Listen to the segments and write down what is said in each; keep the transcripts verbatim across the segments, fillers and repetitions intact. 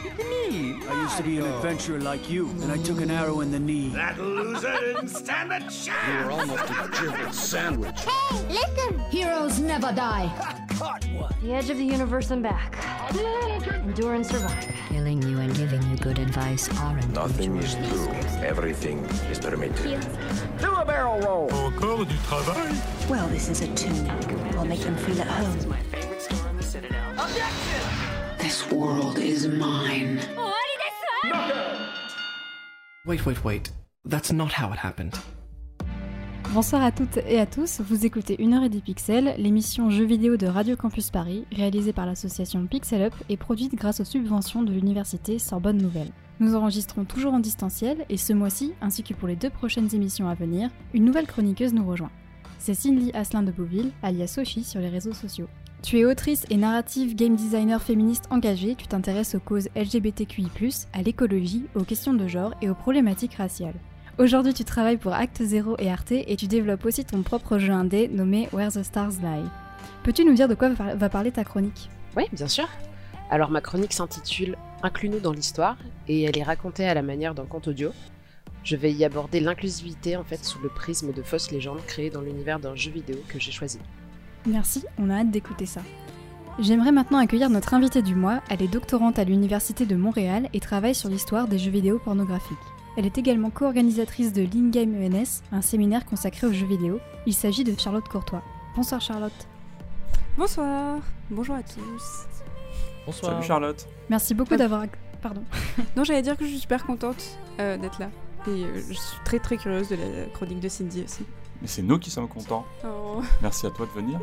Me? I used to be an adventurer like you, and I took an arrow in the knee. That loser didn't stand a chance! You were almost a jibble sandwich. Hey, listen! Heroes never die. Caught one. The edge of the universe and back. Endure and survive. Killing you and giving you good advice aren't Nothing is true. Everything is permitted. Do a barrel roll. Encore du travail? Well, this is a tunic. I'll make them feel at home. This is my favorite store in the Citadel. Objection! This world is mine. Wait, wait, wait. That's not how it happened. Bonsoir à toutes et à tous, vous écoutez une heure et dix pixels, l'émission jeux vidéo de Radio Campus Paris, réalisée par l'association Pixel Up et produite grâce aux subventions de l'université Sorbonne Nouvelle. Nous enregistrons toujours en distanciel et ce mois-ci, ainsi que pour les deux prochaines émissions à venir, une nouvelle chroniqueuse nous rejoint. C'est Cindy Asselin de Beauville, alias Sochi sur les réseaux sociaux. Tu es autrice et narrative game designer féministe engagée, tu t'intéresses aux causes L G B T Q I plus, à l'écologie, aux questions de genre et aux problématiques raciales. Aujourd'hui, tu travailles pour Acte Zéro et Arte et tu développes aussi ton propre jeu indé nommé Where the Stars Lie. Peux-tu nous dire de quoi va parler ta chronique ? Oui, bien sûr. Alors ma chronique s'intitule Inclus-nous dans l'histoire et elle est racontée à la manière d'un conte audio. Je vais y aborder l'inclusivité en fait sous le prisme de fausses légendes créées dans l'univers d'un jeu vidéo que j'ai choisi. Merci, on a hâte d'écouter ça. J'aimerais maintenant accueillir notre invitée du mois. Elle est doctorante à l'Université de Montréal et travaille sur l'histoire des jeux vidéo pornographiques. Elle est également co-organisatrice de l'Ingame E N S, un séminaire consacré aux jeux vidéo. Il s'agit de Charlotte Courtois. Bonsoir Charlotte. Bonsoir, bonjour à tous. Bonsoir. Salut Charlotte. Merci beaucoup d'avoir... Pardon. Non, j'allais dire que je suis super contente euh, d'être là. Et euh, je suis très très curieuse de la chronique de Cindy aussi. Mais c'est nous qui sommes contents. Oh. Merci à toi de venir.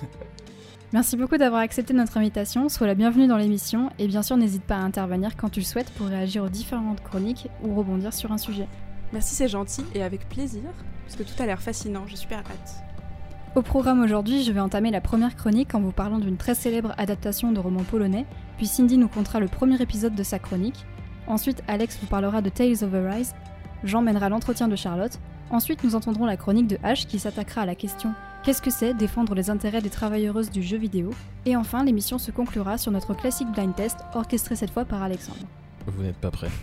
Merci beaucoup d'avoir accepté notre invitation, sois la bienvenue dans l'émission et bien sûr n'hésite pas à intervenir quand tu le souhaites pour réagir aux différentes chroniques ou rebondir sur un sujet. Merci, c'est gentil et avec plaisir, parce que tout a l'air fascinant, j'ai super hâte. Au programme aujourd'hui, je vais entamer la première chronique en vous parlant d'une très célèbre adaptation de roman polonais, puis Cindy nous contera le premier épisode de sa chronique, ensuite Alex vous parlera de Tales of Arise, Jean mènera l'entretien de Charlotte, ensuite nous entendrons la chronique de H qui s'attaquera à la question « Qu'est-ce que c'est défendre les intérêts des travailleuses du jeu vidéo ?» Et enfin, l'émission se conclura sur notre classique blind test, orchestré cette fois par Alexandre. Vous n'êtes pas prêts.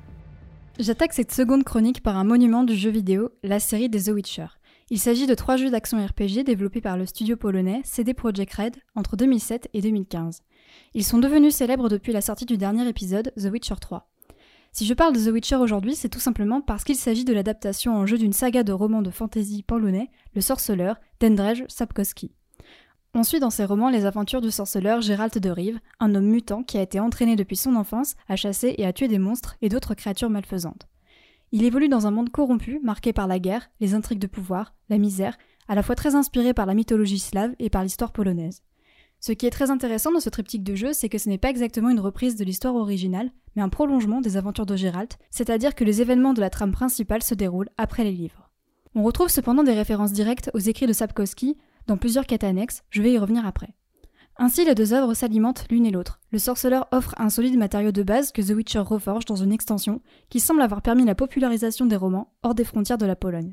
J'attaque cette seconde chronique par un monument du jeu vidéo, la série des The Witcher. Il s'agit de trois jeux d'action R P G développés par le studio polonais C D Projekt Red entre deux mille sept et deux mille quinze. Ils sont devenus célèbres depuis la sortie du dernier épisode, The Witcher trois. Si je parle de The Witcher aujourd'hui, c'est tout simplement parce qu'il s'agit de l'adaptation en jeu d'une saga de romans de fantasy polonais, Le Sorceleur, d'Andrzej Sapkowski. On suit dans ces romans les aventures du sorceleur Geralt de Rive, un homme mutant qui a été entraîné depuis son enfance à chasser et à tuer des monstres et d'autres créatures malfaisantes. Il évolue dans un monde corrompu, marqué par la guerre, les intrigues de pouvoir, la misère, à la fois très inspiré par la mythologie slave et par l'histoire polonaise. Ce qui est très intéressant dans ce triptyque de jeu, c'est que ce n'est pas exactement une reprise de l'histoire originale, mais un prolongement des aventures de Geralt, c'est-à-dire que les événements de la trame principale se déroulent après les livres. On retrouve cependant des références directes aux écrits de Sapkowski dans plusieurs quêtes annexes, je vais y revenir après. Ainsi, les deux œuvres s'alimentent l'une et l'autre. Le Sorceleur offre un solide matériau de base que The Witcher reforge dans une extension qui semble avoir permis la popularisation des romans hors des frontières de la Pologne.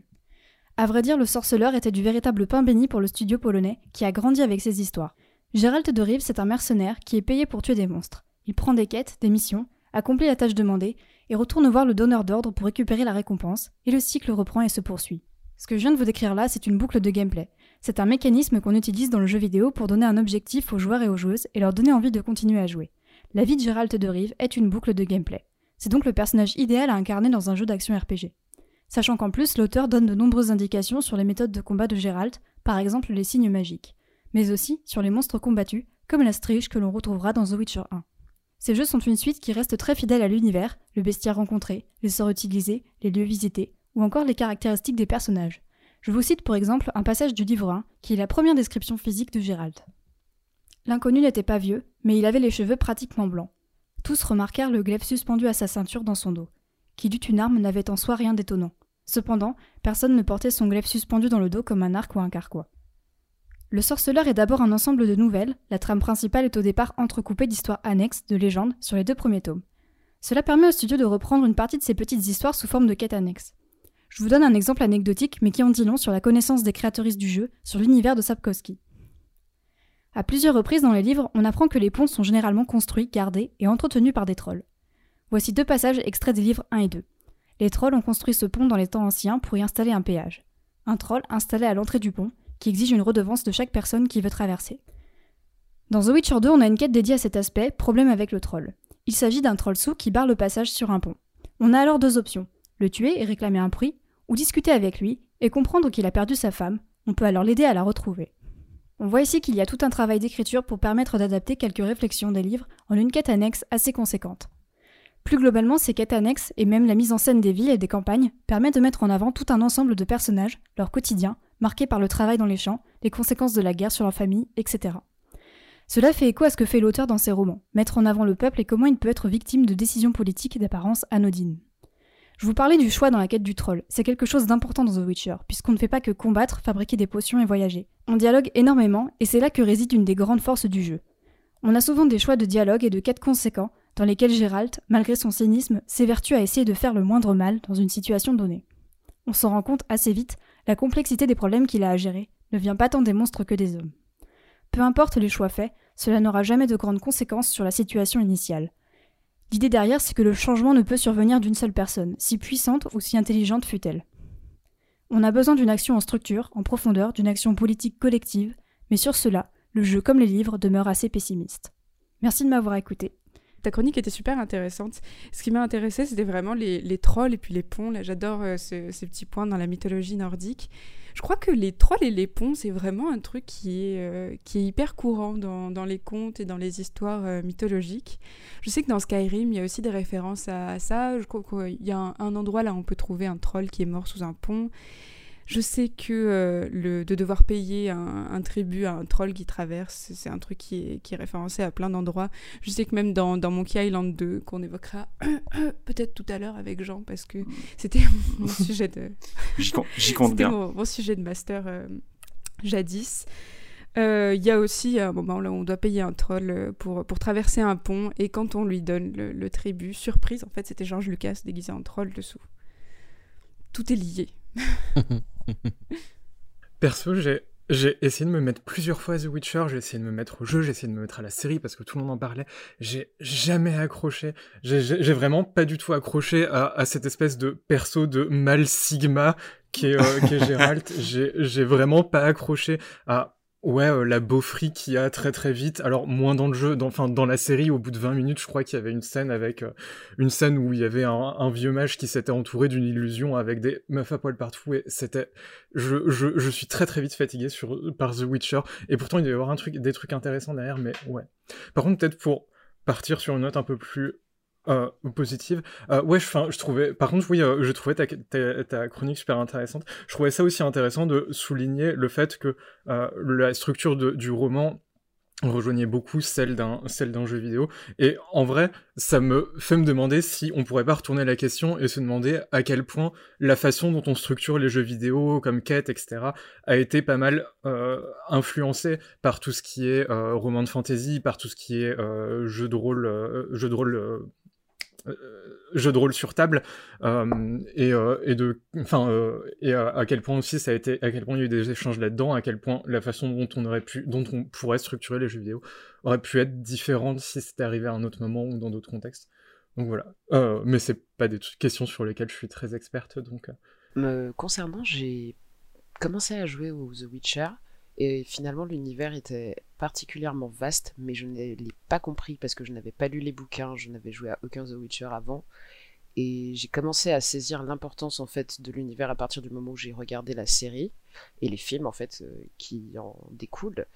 À vrai dire, Le Sorceleur était du véritable pain béni pour le studio polonais qui a grandi avec ses histoires. Geralt de Rive, c'est un mercenaire qui est payé pour tuer des monstres. Il prend des quêtes, des missions, accomplit la tâche demandée et retourne voir le donneur d'ordre pour récupérer la récompense, et le cycle reprend et se poursuit. Ce que je viens de vous décrire là, c'est une boucle de gameplay. C'est un mécanisme qu'on utilise dans le jeu vidéo pour donner un objectif aux joueurs et aux joueuses et leur donner envie de continuer à jouer. La vie de Geralt de Rive est une boucle de gameplay. C'est donc le personnage idéal à incarner dans un jeu d'action R P G. Sachant qu'en plus, l'auteur donne de nombreuses indications sur les méthodes de combat de Geralt, par exemple les signes magiques, mais aussi sur les monstres combattus, comme la Strige que l'on retrouvera dans The Witcher un. Ces jeux sont une suite qui reste très fidèle à l'univers, le bestiaire rencontré, les sorts utilisés, les lieux visités, ou encore les caractéristiques des personnages. Je vous cite pour exemple un passage du livre un, qui est la première description physique de Geralt. L'inconnu n'était pas vieux, mais il avait les cheveux pratiquement blancs. Tous remarquèrent le glaive suspendu à sa ceinture dans son dos. Qu'il eût une arme n'avait en soi rien d'étonnant. Cependant, personne ne portait son glaive suspendu dans le dos comme un arc ou un carquois. Le Sorceleur est d'abord un ensemble de nouvelles, la trame principale est au départ entrecoupée d'histoires annexes, de légendes, sur les deux premiers tomes. Cela permet au studio de reprendre une partie de ces petites histoires sous forme de quêtes annexes. Je vous donne un exemple anecdotique, mais qui en dit long sur la connaissance des créatrices du jeu, sur l'univers de Sapkowski. À plusieurs reprises dans les livres, on apprend que les ponts sont généralement construits, gardés et entretenus par des trolls. Voici deux passages extraits des livres un et deux. Les trolls ont construit ce pont dans les temps anciens pour y installer un péage. Un troll installé à l'entrée du pont, qui exige une redevance de chaque personne qui veut traverser. Dans The Witcher deux, on a une quête dédiée à cet aspect, problème avec le troll. Il s'agit d'un troll sourd qui barre le passage sur un pont. On a alors deux options, le tuer et réclamer un prix, ou discuter avec lui et comprendre qu'il a perdu sa femme. On peut alors l'aider à la retrouver. On voit ici qu'il y a tout un travail d'écriture pour permettre d'adapter quelques réflexions des livres en une quête annexe assez conséquente. Plus globalement, ces quêtes annexes, et même la mise en scène des villes et des campagnes, permettent de mettre en avant tout un ensemble de personnages, leur quotidien, marqué par le travail dans les champs, les conséquences de la guerre sur leur famille, et cetera. Cela fait écho à ce que fait l'auteur dans ses romans, mettre en avant le peuple et comment il peut être victime de décisions politiques d'apparence anodine. Je vous parlais du choix dans la quête du troll, c'est quelque chose d'important dans The Witcher, puisqu'on ne fait pas que combattre, fabriquer des potions et voyager. On dialogue énormément, et c'est là que réside une des grandes forces du jeu. On a souvent des choix de dialogue et de quêtes conséquents, dans lesquels Geralt, malgré son cynisme, s'évertue à essayer de faire le moindre mal dans une situation donnée. On s'en rend compte assez vite, la complexité des problèmes qu'il a à gérer ne vient pas tant des monstres que des hommes. Peu importe les choix faits, cela n'aura jamais de grandes conséquences sur la situation initiale. L'idée derrière, c'est que le changement ne peut survenir d'une seule personne, si puissante ou si intelligente fût-elle. On a besoin d'une action en structure, en profondeur, d'une action politique collective, mais sur cela, le jeu comme les livres demeure assez pessimiste. Merci de m'avoir écouté. Ta chronique était super intéressante. Ce qui m'a intéressé, c'était vraiment les, les trolls et puis les ponts. Là, j'adore euh, ce, ces petits points dans la mythologie nordique. Je crois que les trolls et les ponts, c'est vraiment un truc qui est, euh, qui est hyper courant dans, dans les contes et dans les histoires euh, mythologiques. Je sais que dans Skyrim, il y a aussi des références à, à ça. Je crois qu'il y a un, un endroit là où on peut trouver un troll qui est mort sous un pont. Je sais que euh, le, de devoir payer un, un tribut à un troll qui traverse, c'est un truc qui est, qui est référencé à plein d'endroits. Je sais que même dans, dans Monkey Island deux, qu'on évoquera peut-être tout à l'heure avec Jean, parce que c'était mon sujet de... J'y compte, j'y compte c'était bien. Mon, mon sujet de master euh, jadis. Il euh, y a aussi un moment là où on doit payer un troll pour, pour traverser un pont, et quand on lui donne le, le tribut, surprise, en fait c'était George Lucas déguisé en troll dessous. Tout est lié. Perso, j'ai, j'ai essayé de me mettre plusieurs fois à The Witcher, j'ai essayé de me mettre au jeu, j'ai essayé de me mettre à la série parce que tout le monde en parlait. J'ai jamais accroché. J'ai, j'ai, j'ai vraiment pas du tout accroché à, à cette espèce de perso de Mal Sigma qui est, euh, qui est Geralt. J'ai, j'ai vraiment pas accroché à... Ouais, euh, la beaufrie qu'il y a très très vite. Alors, moins dans le jeu, dans, enfin, dans la série, au bout de vingt minutes, je crois qu'il y avait une scène avec, euh, une scène où il y avait un, un vieux mage qui s'était entouré d'une illusion avec des meufs à poil partout, et c'était, je, je, je suis très très vite fatigué sur, par The Witcher, et pourtant il doit y avoir un truc, des trucs intéressants derrière, mais ouais. Par contre, peut-être pour partir sur une note un peu plus Euh, positive. Euh, ouais, je, je trouvais. Par contre, oui, euh, je trouvais ta, ta, ta chronique super intéressante. Je trouvais ça aussi intéressant de souligner le fait que euh, la structure de, du roman rejoignait beaucoup celle d'un, celle d'un jeu vidéo. Et en vrai, ça me fait me demander si on pourrait pas retourner la question et se demander à quel point la façon dont on structure les jeux vidéo, comme quête, et cetera, a été pas mal euh, influencée par tout ce qui est euh, roman de fantasy, par tout ce qui est euh, jeu de rôle, euh, jeu de rôle. Euh, Euh, jeu de rôle sur table euh, et, euh, et de enfin euh, et à, à quel point aussi ça a été à quel point il y a eu des échanges là-dedans, à quel point la façon dont on aurait pu dont on pourrait structurer les jeux vidéo aurait pu être différente si c'était arrivé à un autre moment ou dans d'autres contextes. Donc voilà, euh, mais c'est pas des t- questions sur lesquelles je suis très experte, donc euh... Me concernant, j'ai commencé à jouer au The Witcher. Et finalement, l'univers était particulièrement vaste, mais je ne l'ai pas compris parce que je n'avais pas lu les bouquins, je n'avais joué à aucun The Witcher avant. Et j'ai commencé à saisir l'importance en fait de l'univers à partir du moment où j'ai regardé la série et les films en fait euh, qui en découlent.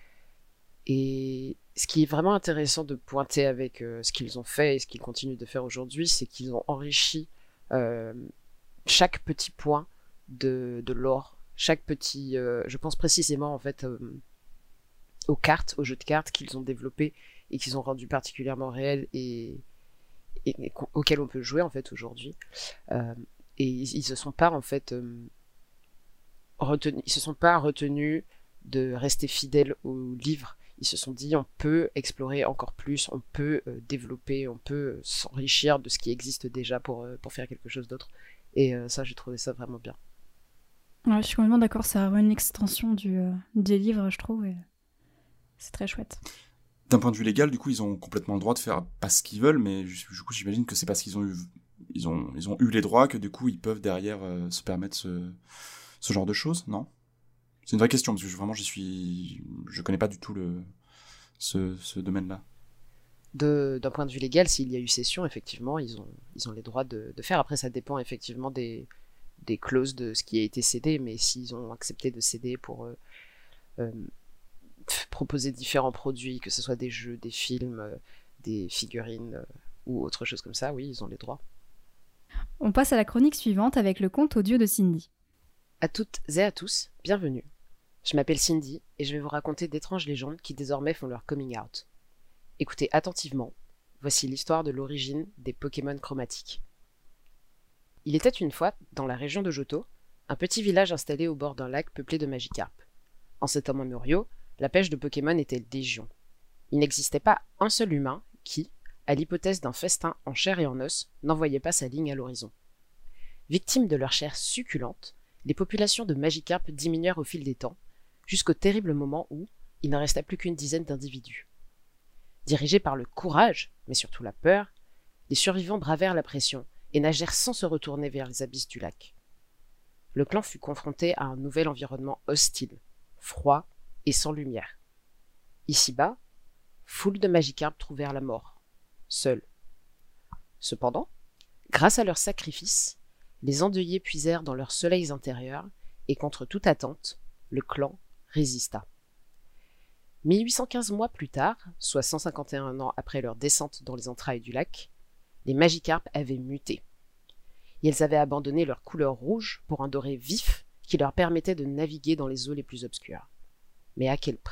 Et ce qui est vraiment intéressant de pointer avec euh, ce qu'ils ont fait et ce qu'ils continuent de faire aujourd'hui, c'est qu'ils ont enrichi euh, chaque petit point de, de lore. Chaque petit, euh, je pense précisément en fait euh, aux cartes, aux jeux de cartes qu'ils ont développés et qu'ils ont rendus particulièrement réels et, et, et auxquels on peut jouer en fait aujourd'hui. Euh, et ils, ils se sont pas en fait euh, retenus, ils se sont pas retenus de rester fidèles au livre. Ils se sont dit on peut explorer encore plus, on peut euh, développer, on peut s'enrichir de ce qui existe déjà pour euh, pour faire quelque chose d'autre. Et euh, ça, j'ai trouvé ça vraiment bien. Ouais, je suis complètement d'accord, c'est vraiment une extension du, euh, des livres, je trouve, et c'est très chouette. d'un point de vue légal, du coup, ils ont complètement le droit de faire pas ce qu'ils veulent, mais du coup, j'imagine que c'est parce qu'ils ont eu, ils ont, ils ont eu les droits que du coup, ils peuvent derrière euh, se permettre ce, ce genre de choses, non ? C'est une vraie question, parce que je, vraiment, j'y suis, je connais pas du tout le, ce, ce domaine-là. De, d'un point de vue légal, s'il y a eu cession, effectivement, ils ont, ils ont les droits de, de faire. Après, ça dépend effectivement des, des clauses de ce qui a été cédé, mais s'ils ont accepté de céder pour euh, euh, proposer différents produits, que ce soit des jeux, des films, euh, des figurines euh, ou autre chose comme ça, oui, ils ont les droits. On passe à la chronique suivante avec le conte audio de Cindy. À toutes et à tous, bienvenue. Je m'appelle Cindy et je vais vous raconter d'étranges légendes qui désormais font leur coming out. Écoutez attentivement, voici l'histoire de l'origine des Pokémon chromatiques. Il était une fois, dans la région de Johto, un petit village installé au bord d'un lac peuplé de Magikarp. En ces temps mémoriaux, la pêche de Pokémon était légion. Il n'existait pas un seul humain qui, à l'hypothèse d'un festin en chair et en os, n'envoyait pas sa ligne à l'horizon. Victimes de leur chair succulente, les populations de Magikarp diminuèrent au fil des temps, jusqu'au terrible moment où il ne resta plus qu'une dizaine d'individus. Dirigés par le courage, mais surtout la peur, les survivants bravèrent la pression et nagèrent sans se retourner vers les abysses du lac. Le clan fut confronté à un nouvel environnement hostile, froid et sans lumière. Ici-bas, foule de Magikarp trouvèrent la mort, seuls. Cependant, grâce à leur sacrifice, les endeuillés puisèrent dans leurs soleils intérieurs et contre toute attente, le clan résista. mille huit cent quinze mois plus tard, soit cent cinquante et un ans après leur descente dans les entrailles du lac, les Magikarp avaient muté. Ils avaient abandonné leur couleur rouge pour un doré vif qui leur permettait de naviguer dans les eaux les plus obscures. Mais à quel prix ?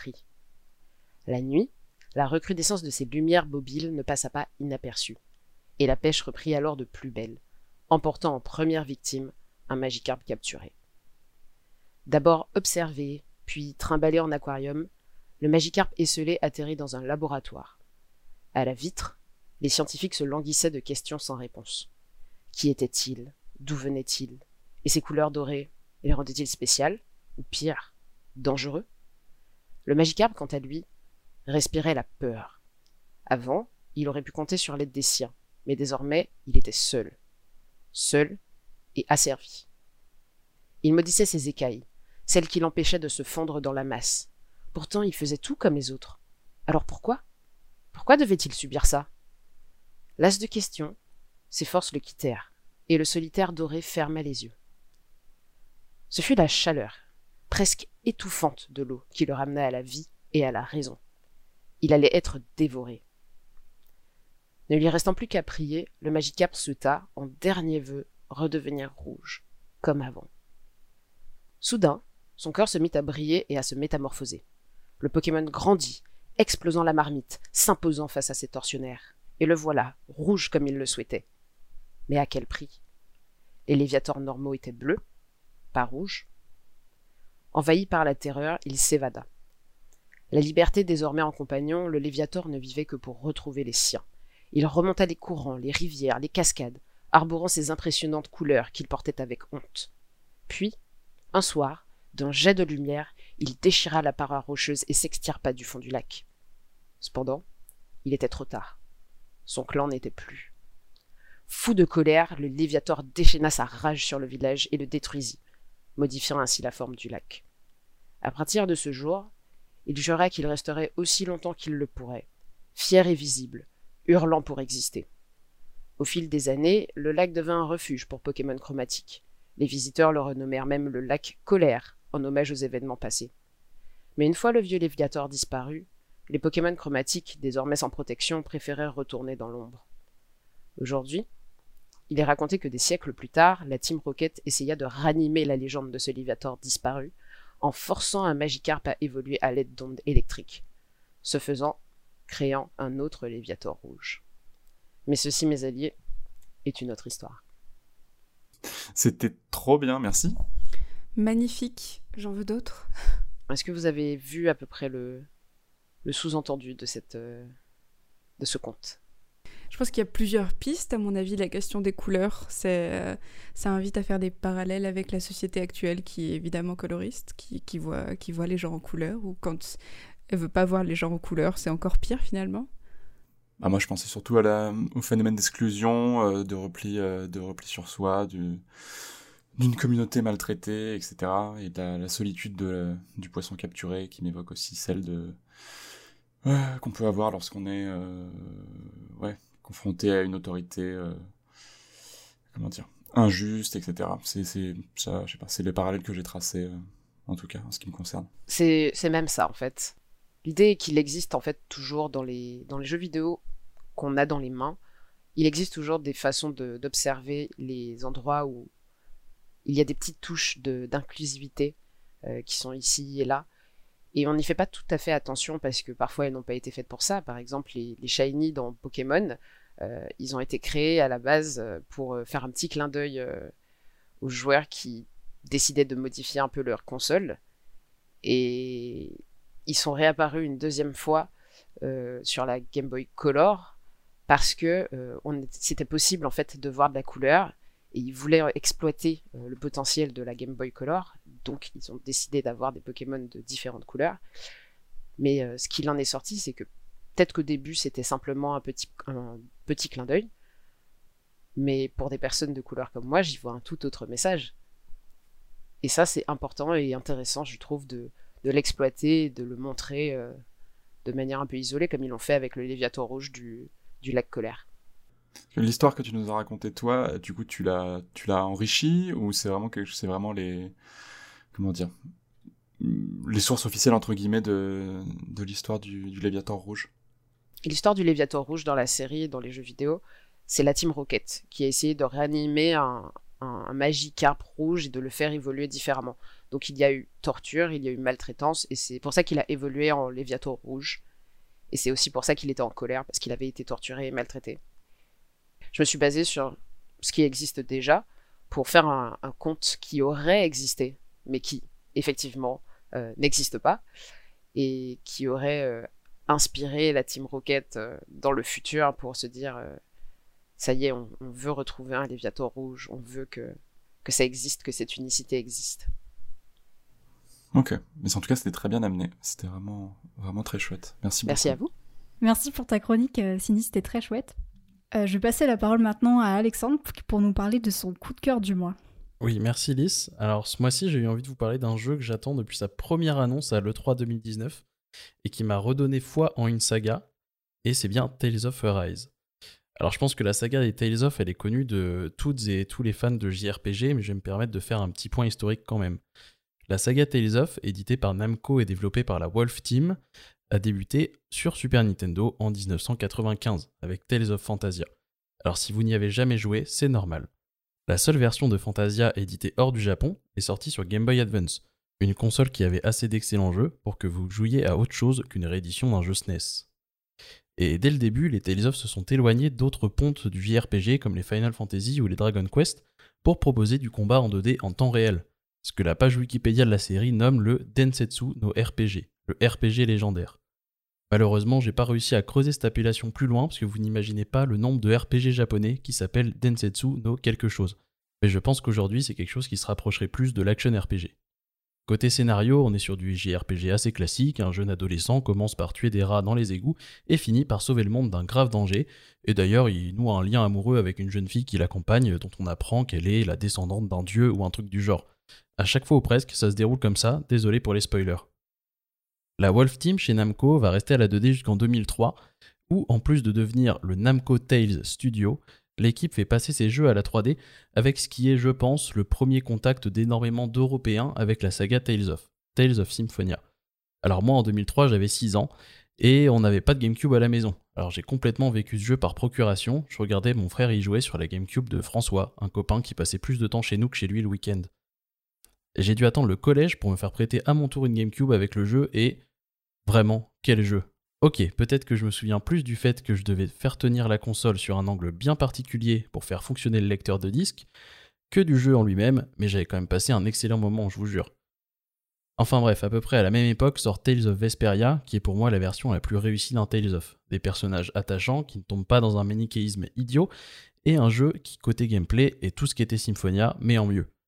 La nuit, la recrudescence de ces lumières mobiles ne passa pas inaperçue, et la pêche reprit alors de plus belle, emportant en première victime un Magikarp capturé. D'abord observé, puis trimballé en aquarium, le Magikarp esselé atterrit dans un laboratoire. À la vitre, les scientifiques se languissaient de questions sans réponse. Qui était-il ? D'où venait-il ? Et ses couleurs dorées, les rendaient-ils spéciales ? Ou pire, dangereux ? Le Magikarp, quant à lui, respirait la peur. Avant, il aurait pu compter sur l'aide des siens, mais désormais, il était seul. Seul et asservi. Il maudissait ses écailles, celles qui l'empêchaient de se fondre dans la masse. Pourtant, il faisait tout comme les autres. Alors pourquoi ? Pourquoi devait-il subir ça ? Las de questions, ses forces le quittèrent, et le solitaire doré ferma les yeux. Ce fut la chaleur, presque étouffante de l'eau, qui le ramena à la vie et à la raison. Il allait être dévoré. Ne lui restant plus qu'à prier, le Magikarp souhaita, en dernier vœu, redevenir rouge, comme avant. Soudain, son corps se mit à briller et à se métamorphoser. Le Pokémon grandit, explosant la marmite, s'imposant face à ses tortionnaires. Et le voilà, rouge comme il le souhaitait. Mais à quel prix ? Les Léviathors normaux étaient bleus, pas rouges. Envahi par la terreur, il s'évada. La liberté désormais en compagnon, le Léviator ne vivait que pour retrouver les siens. Il remonta les courants, les rivières, les cascades, arborant ces impressionnantes couleurs qu'il portait avec honte. Puis, un soir, d'un jet de lumière, il déchira la paroi rocheuse et s'extirpa du fond du lac. Cependant, il était trop tard. Son clan n'était plus. Fou de colère, le Léviator déchaîna sa rage sur le village et le détruisit, modifiant ainsi la forme du lac. À partir de ce jour, il jura qu'il resterait aussi longtemps qu'il le pourrait, fier et visible, hurlant pour exister. Au fil des années, le lac devint un refuge pour Pokémon chromatiques. Les visiteurs le renommèrent même le lac Colère, en hommage aux événements passés. Mais une fois le vieux Léviator disparu, les Pokémon chromatiques, désormais sans protection, préférèrent retourner dans l'ombre. Aujourd'hui, il est raconté que des siècles plus tard, la Team Rocket essaya de ranimer la légende de ce Léviator disparu en forçant un Magikarp à évoluer à l'aide d'ondes électriques, ce faisant, créant un autre Léviator rouge. Mais ceci, mes alliés, est une autre histoire. C'était trop bien, merci. Magnifique, j'en veux d'autres. Est-ce que vous avez vu à peu près le, le sous-entendu de, cette, euh, de ce conte ? Je pense qu'il y a plusieurs pistes. À mon avis, la question des couleurs, c'est, euh, ça invite à faire des parallèles avec la société actuelle qui est évidemment coloriste, qui, qui, voit, qui voit les gens en couleur, ou quand Elle veut pas voir les gens en couleur, c'est encore pire finalement. Ah, moi, je pensais surtout à la, au phénomène d'exclusion, euh, de repli, euh, de repli sur soi, du, d'une communauté maltraitée, et cetera. Et de la, la solitude de, du poisson capturé, qui m'évoque aussi celle de euh, qu'on peut avoir lorsqu'on est euh, ouais, confronté à une autorité, euh, comment dire, injuste, et cetera. C'est, c'est, ça, je sais pas, c'est les parallèles que j'ai tracés, euh, en tout cas, en ce qui me concerne. C'est, c'est même ça, en fait. L'idée est qu'il existe, en fait, toujours dans les, dans les jeux vidéo qu'on a dans les mains, il existe toujours des façons de, d'observer les endroits où il y a des petites touches de, d'inclusivité euh, qui sont ici et là. Et on n'y fait pas tout à fait attention parce que parfois elles n'ont pas été faites pour ça. Par exemple, les, les shiny dans Pokémon, euh, ils ont été créés à la base pour faire un petit clin d'œil euh, aux joueurs qui décidaient de modifier un peu leur console. Et ils sont réapparus une deuxième fois euh, sur la Game Boy Color parce que euh, on, c'était possible en fait de voir de la couleur. Et ils voulaient exploiter euh, le potentiel de la Game Boy Color, donc ils ont décidé d'avoir des Pokémon de différentes couleurs. Mais euh, ce qu'il en est sorti, c'est que peut-être qu'au début c'était simplement un petit, un petit clin d'œil, mais pour des personnes de couleur comme moi, j'y vois un tout autre message. Et ça, c'est important et intéressant, je trouve, de, de l'exploiter et de le montrer euh, de manière un peu isolée, comme ils l'ont fait avec le Léviathan rouge du, du lac Colère. L'histoire que tu nous as racontée, toi, du coup, tu l'as, tu l'as enrichie, ou c'est vraiment quelque, c'est vraiment les, comment dire, les sources officielles entre guillemets de, de l'histoire du, du Léviathan rouge? L'histoire du Léviathan rouge dans la série et dans les jeux vidéo, c'est la Team Rocket qui a essayé de réanimer un, un, un Magikarp rouge et de le faire évoluer différemment. Donc il y a eu torture, il y a eu maltraitance, et c'est pour ça qu'il a évolué en Léviathan rouge. Et c'est aussi pour ça qu'il était en colère, parce qu'il avait été torturé et maltraité. Je me suis basée sur ce qui existe déjà pour faire un, un conte qui aurait existé, mais qui, effectivement, euh, n'existe pas, et qui aurait euh, inspiré la Team Rocket euh, dans le futur pour se dire euh, ça y est, on, on veut retrouver un Léviathan rouge, on veut que, que ça existe, que cette unicité existe. Ok, mais en tout cas, c'était très bien amené. C'était vraiment, vraiment très chouette. Merci beaucoup. Merci à vous. Merci pour ta chronique, Cindy, c'était très chouette. Euh, je vais passer la parole maintenant à Alexandre pour nous parler de son coup de cœur du mois. Oui, merci Lys. Alors ce mois-ci, j'ai eu envie de vous parler d'un jeu que j'attends depuis sa première annonce à l'E trois deux mille dix-neuf et qui m'a redonné foi en une saga, et c'est bien Tales of Arise. Alors je pense que la saga des Tales of, elle est connue de toutes et tous les fans de J R P G, mais je vais me permettre de faire un petit point historique quand même. La saga Tales of, éditée par Namco et développée par la Wolf Team, a débuté sur Super Nintendo en dix-neuf cent quatre-vingt-quinze avec Tales of Phantasia. Alors si vous n'y avez jamais joué, c'est normal. La seule version de Phantasia éditée hors du Japon est sortie sur Game Boy Advance, une console qui avait assez d'excellents jeux pour que vous jouiez à autre chose qu'une réédition d'un jeu S N E S. Et dès le début, les Tales of se sont éloignés d'autres pontes du J R P G comme les Final Fantasy ou les Dragon Quest pour proposer du combat en deux D en temps réel, ce que la page Wikipédia de la série nomme le Densetsu no R P G, le R P G légendaire. Malheureusement, j'ai pas réussi à creuser cette appellation plus loin parce que vous n'imaginez pas le nombre de R P G japonais qui s'appellent Densetsu no quelque chose. Mais je pense qu'aujourd'hui, c'est quelque chose qui se rapprocherait plus de l'action R P G. Côté scénario, on est sur du J R P G assez classique, un jeune adolescent commence par tuer des rats dans les égouts et finit par sauver le monde d'un grave danger, et d'ailleurs il noue un lien amoureux avec une jeune fille qui l'accompagne dont on apprend qu'elle est la descendante d'un dieu ou un truc du genre. À chaque fois ou presque, ça se déroule comme ça, désolé pour les spoilers. La Wolf Team chez Namco va rester à la deux D jusqu'en deux mille trois, où en plus de devenir le Namco Tales Studio, l'équipe fait passer ses jeux à la trois D avec ce qui est, je pense, le premier contact d'énormément d'Européens avec la saga Tales of, Tales of Symphonia. Alors moi en deux mille trois j'avais six ans et on n'avait pas de GameCube à la maison. Alors j'ai complètement vécu ce jeu par procuration, je regardais mon frère y jouer sur la GameCube de François, un copain qui passait plus de temps chez nous que chez lui le week-end. J'ai dû attendre le collège pour me faire prêter à mon tour une GameCube avec le jeu et... Vraiment, quel jeu! Ok, peut-être que je me souviens plus du fait que je devais faire tenir la console sur un angle bien particulier pour faire fonctionner le lecteur de disque, que du jeu en lui-même, mais j'avais quand même passé un excellent moment, je vous jure. Enfin bref, à peu près à la même époque sort Tales of Vesperia, qui est pour moi la version la plus réussie d'un Tales of. Des personnages attachants qui ne tombent pas dans un manichéisme idiot, et un jeu qui, côté gameplay, est tout ce qu'était Symphonia, mais en mieux.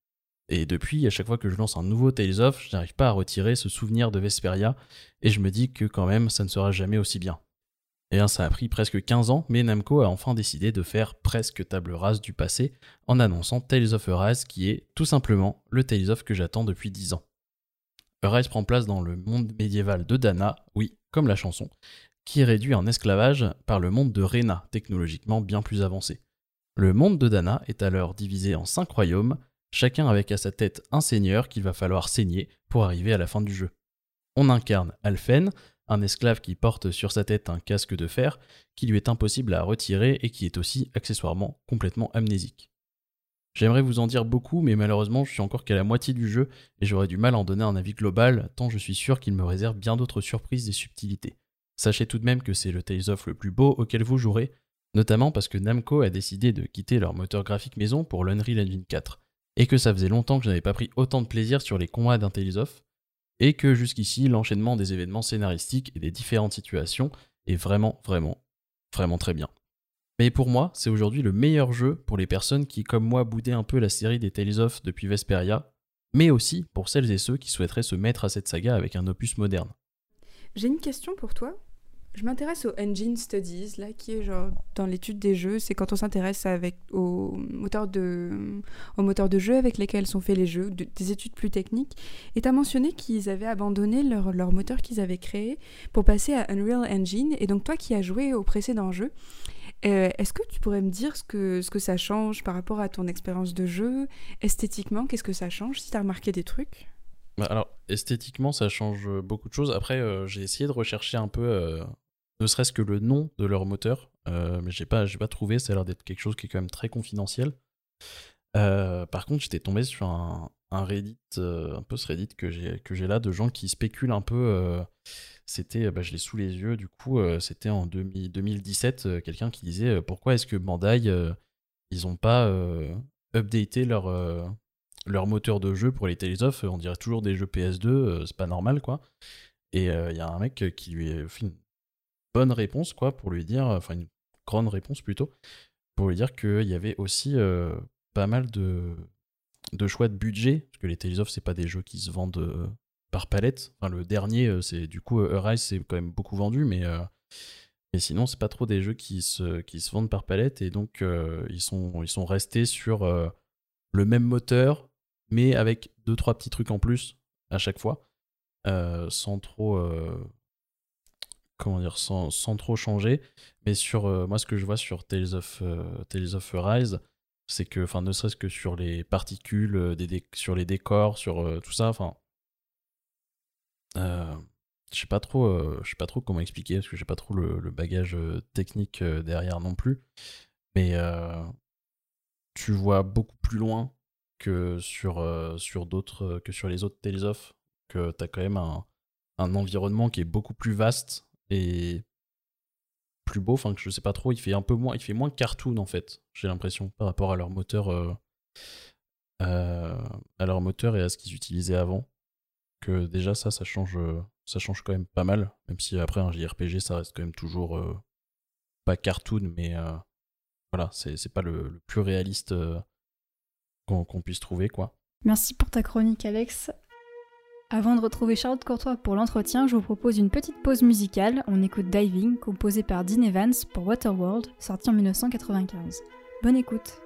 Et depuis, à chaque fois que je lance un nouveau Tales of, je n'arrive pas à retirer ce souvenir de Vesperia, et je me dis que quand même, ça ne sera jamais aussi bien. Et hein, ça a pris presque quinze ans, mais Namco a enfin décidé de faire presque table rase du passé en annonçant Tales of Arise, qui est tout simplement le Tales of que j'attends depuis dix ans. Arise prend place dans le monde médiéval de Dana, oui, comme la chanson, qui est réduit en esclavage par le monde de Rena, technologiquement bien plus avancé. Le monde de Dana est alors divisé en cinq royaumes, chacun avec à sa tête un seigneur qu'il va falloir saigner pour arriver à la fin du jeu. On incarne Alphen, un esclave qui porte sur sa tête un casque de fer qui lui est impossible à retirer et qui est aussi accessoirement complètement amnésique. J'aimerais vous en dire beaucoup, mais malheureusement je suis encore qu'à la moitié du jeu et j'aurais du mal à en donner un avis global, tant je suis sûr qu'il me réserve bien d'autres surprises et subtilités. Sachez tout de même que c'est le Tales of le plus beau auquel vous jouerez, notamment parce que Namco a décidé de quitter leur moteur graphique maison pour l'Unreal Engine quatre, et que ça faisait longtemps que je n'avais pas pris autant de plaisir sur les combats d'un Tales of, et que jusqu'ici, l'enchaînement des événements scénaristiques et des différentes situations est vraiment, vraiment, vraiment très bien. Mais pour moi, c'est aujourd'hui le meilleur jeu pour les personnes qui, comme moi, boudaient un peu la série des Tales of depuis Vesperia, mais aussi pour celles et ceux qui souhaiteraient se mettre à cette saga avec un opus moderne. J'ai une question pour toi. Je m'intéresse au Engine Studies, là, qui est genre dans l'étude des jeux. C'est quand on s'intéresse avec, aux, moteurs de, aux moteurs de jeu avec lesquels sont faits les jeux, de, des études plus techniques. Et tu as mentionné qu'ils avaient abandonné leur, leur moteur qu'ils avaient créé pour passer à Unreal Engine. Et donc toi qui as joué au précédent jeu, euh, est-ce que tu pourrais me dire ce que, ce que ça change par rapport à ton expérience de jeu? Esthétiquement, qu'est-ce que ça change, si tu as remarqué des trucs? Alors, esthétiquement, ça change beaucoup de choses. Après, euh, j'ai essayé de rechercher un peu, euh, ne serait-ce que le nom de leur moteur, euh, mais j'ai pas, j'ai pas trouvé. Ça a l'air d'être quelque chose qui est quand même très confidentiel. Euh, par contre, j'étais tombé sur un, un Reddit, euh, un peu ce Reddit que j'ai, que j'ai là, de gens qui spéculent un peu. Euh, c'était, bah, je l'ai sous les yeux, du coup, euh, c'était en deux mille dix-sept, euh, quelqu'un qui disait euh, pourquoi est-ce que Bandai, euh, ils ont pas euh, updaté leur. Euh, leur moteur de jeu pour les Tales of, on dirait toujours des jeux P S deux, euh, c'est pas normal, quoi. Et il euh, y a un mec qui lui a fait une bonne réponse, quoi, pour lui dire, enfin une grande réponse plutôt, pour lui dire qu'il y avait aussi euh, pas mal de, de choix de budget, parce que les Tales of, c'est pas des jeux qui se vendent euh, par palette. Enfin, le dernier, c'est du coup, Arise, c'est quand même beaucoup vendu, mais, euh, mais sinon, c'est pas trop des jeux qui se, qui se vendent par palette, et donc euh, ils, sont, ils sont restés sur euh, le même moteur, mais avec deux trois petits trucs en plus à chaque fois, euh, sans trop euh, comment dire, sans, sans trop changer. Mais sur euh, moi, ce que je vois sur Tales of euh, Tales of Arise, c'est que, enfin, ne serait-ce que sur les particules, euh, des dé- sur les décors, sur euh, tout ça, enfin, euh, je sais pas trop, euh, je sais pas trop comment expliquer parce que j'ai pas trop le, le bagage euh, technique euh, derrière non plus. Mais euh, tu vois beaucoup plus loin que sur, euh, sur d'autres, que sur les autres Tales of, que t'as quand même un, un environnement qui est beaucoup plus vaste et plus beau, enfin que je sais pas trop, il fait un peu moins, il fait moins cartoon en fait, j'ai l'impression, par rapport à leur moteur, euh, euh, à leur moteur et à ce qu'ils utilisaient avant, que déjà ça, ça change, ça change quand même pas mal, même si après un J R P G ça reste quand même toujours euh, pas cartoon, mais euh, voilà, c'est, c'est pas le, le plus réaliste euh, Qu'on, qu'on puisse trouver, quoi. Merci pour ta chronique, Alex. Avant de retrouver Charlotte Courtois pour l'entretien, je vous propose une petite pause musicale. On écoute Diving, composé par Dean Evans pour Waterworld, sorti en dix-neuf cent quatre-vingt-quinze. Bonne écoute.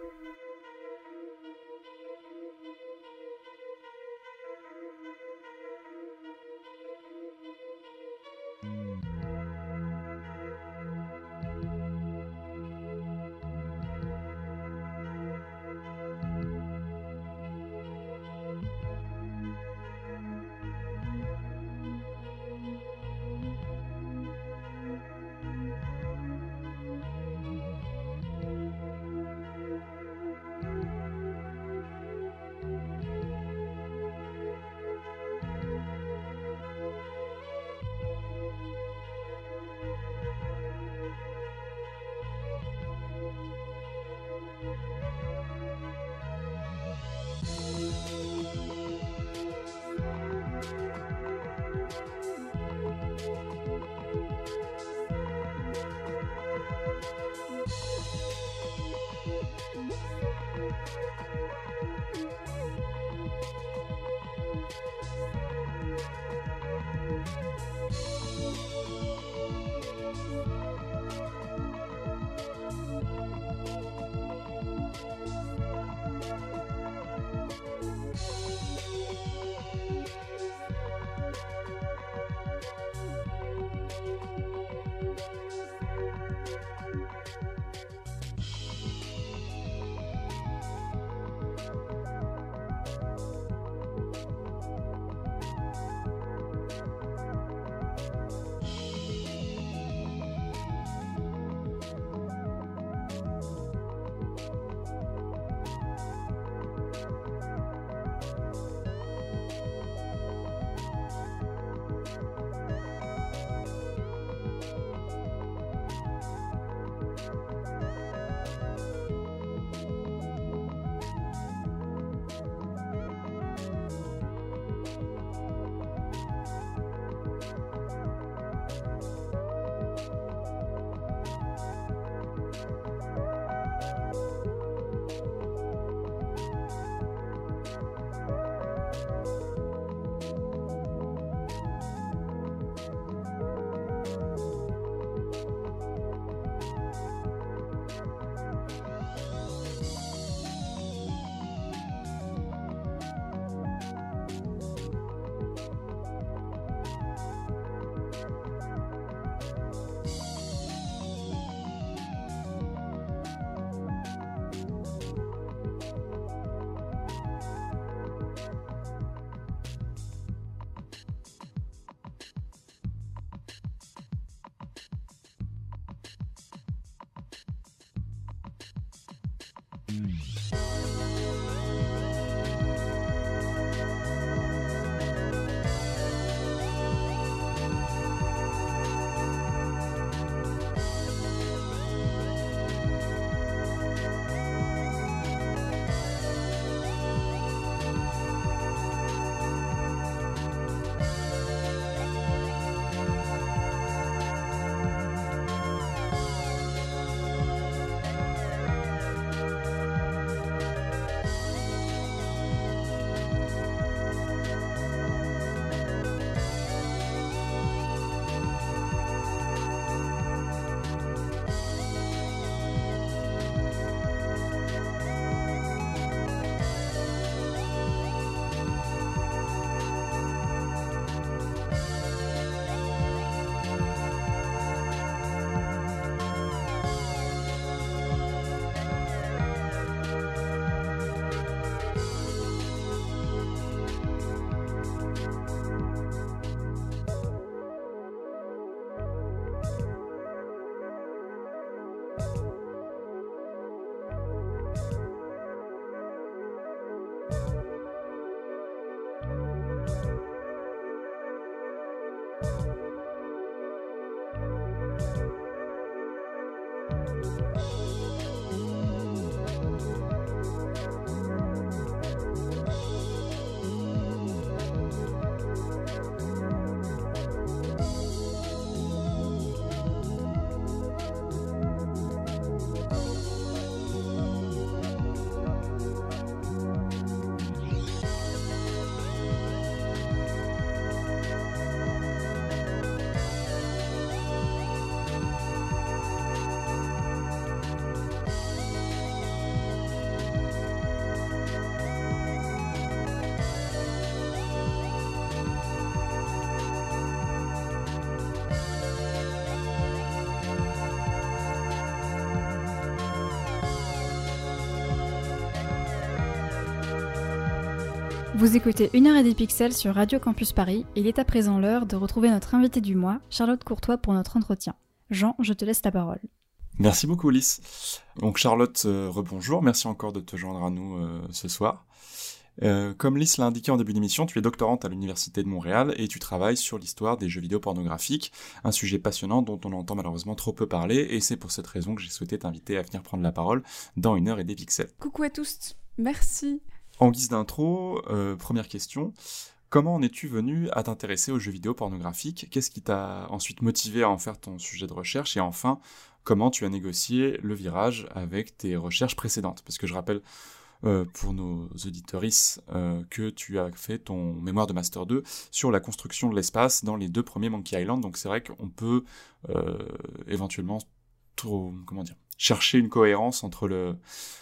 Vous écoutez une heure et des pixels sur Radio Campus Paris, et il est à présent l'heure de retrouver notre invité du mois, Charlotte Courtois, pour notre entretien. Jean, je te laisse la parole. Merci beaucoup, Lys. Donc Charlotte, euh, rebonjour, merci encore de te joindre à nous euh, ce soir. Euh, comme Lys l'a indiqué en début d'émission, tu es doctorante à l'Université de Montréal et tu travailles sur l'histoire des jeux vidéo pornographiques, un sujet passionnant dont on entend malheureusement trop peu parler, et c'est pour cette raison que j'ai souhaité t'inviter à venir prendre la parole dans une heure et des pixels. Coucou à tous, merci. En guise d'intro, euh, première question, comment en es-tu venu à t'intéresser aux jeux vidéo pornographiques ? Qu'est-ce qui t'a ensuite motivé à en faire ton sujet de recherche ? Et enfin, comment tu as négocié le virage avec tes recherches précédentes ? Parce que je rappelle euh, pour nos auditorices euh, que tu as fait ton mémoire de Master deux sur la construction de l'espace dans les deux premiers Monkey Island, donc c'est vrai qu'on peut euh, éventuellement trop, comment dire, chercher une cohérence entre le...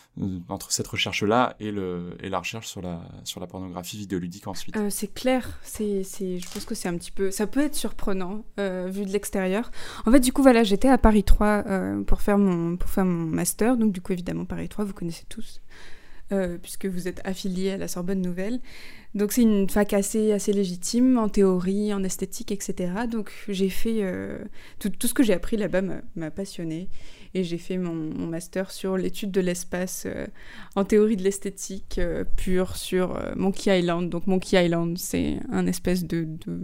entre cette recherche-là et, le, et la recherche sur la, sur la pornographie vidéoludique ensuite. Euh, c'est clair, c'est, c'est, je pense que c'est un petit peu... Ça peut être surprenant, euh, vu de l'extérieur. En fait, du coup, voilà, j'étais à Paris trois euh, pour, faire mon, pour faire mon master. Donc, du coup, évidemment, Paris trois, vous connaissez tous, euh, puisque vous êtes affiliés à la Sorbonne Nouvelle. Donc, c'est une fac assez, assez légitime, en théorie, en esthétique, et cetera. Donc, j'ai fait... Euh, tout, tout ce que j'ai appris là-bas m'a, m'a passionnée. Et j'ai fait mon, mon master sur l'étude de l'espace euh, en théorie de l'esthétique euh, pure sur euh, Monkey Island. Donc Monkey Island, c'est un espèce de, de,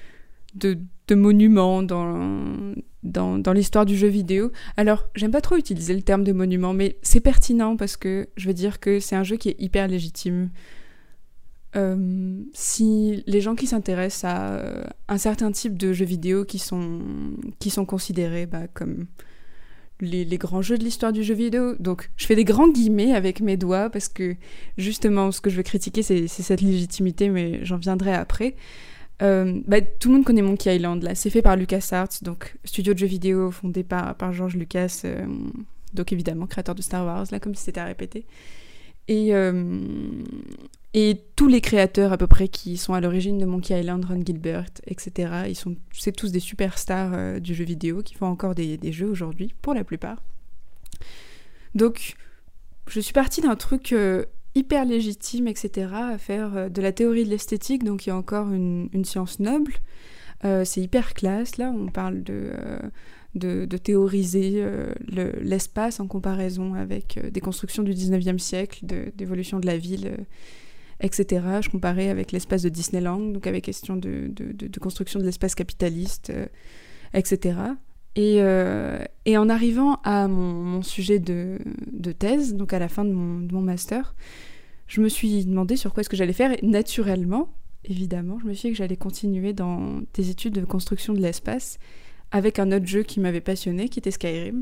de, de monument dans, dans, dans l'histoire du jeu vidéo. Alors, j'aime pas trop utiliser le terme de monument, mais c'est pertinent parce que je veux dire que c'est un jeu qui est hyper légitime. Euh, si les gens qui s'intéressent à euh, un certain type de jeux vidéo qui sont, qui sont considérés bah, comme... les, les grands jeux de l'histoire du jeu vidéo. Donc je fais des grands guillemets avec mes doigts parce que justement ce que je veux critiquer c'est, c'est cette légitimité, mais j'en viendrai après. Euh, bah, tout le monde connaît Monkey Island, là. C'est fait par LucasArts, donc studio de jeux vidéo fondé par, par George Lucas, euh, donc évidemment créateur de Star Wars, là, comme si c'était à répéter. Et, euh, et tous les créateurs à peu près qui sont à l'origine de Monkey Island, Ron Gilbert, et cetera, ils sont, c'est tous des superstars euh, du jeu vidéo qui font encore des, des jeux aujourd'hui, pour la plupart. Donc, je suis partie d'un truc... Euh, hyper légitime, et cetera, à faire euh, de la théorie de l'esthétique, donc il y a encore une, une science noble. Euh, c'est hyper classe, là, on parle de, euh, de, de théoriser euh, le, l'espace en comparaison avec euh, des constructions du dix-neuvième siècle, de, d'évolution de la ville, euh, et cetera. Je comparais avec l'espace de Disneyland, donc avec question de, de, de, de construction de l'espace capitaliste, euh, et cetera. Et, euh, et en arrivant à mon, mon sujet de, de thèse, donc à la fin de mon, de mon master, je me suis demandé sur quoi est-ce que j'allais faire, et naturellement, évidemment, je me suis dit que j'allais continuer dans des études de construction de l'espace avec un autre jeu qui m'avait passionné, qui était Skyrim.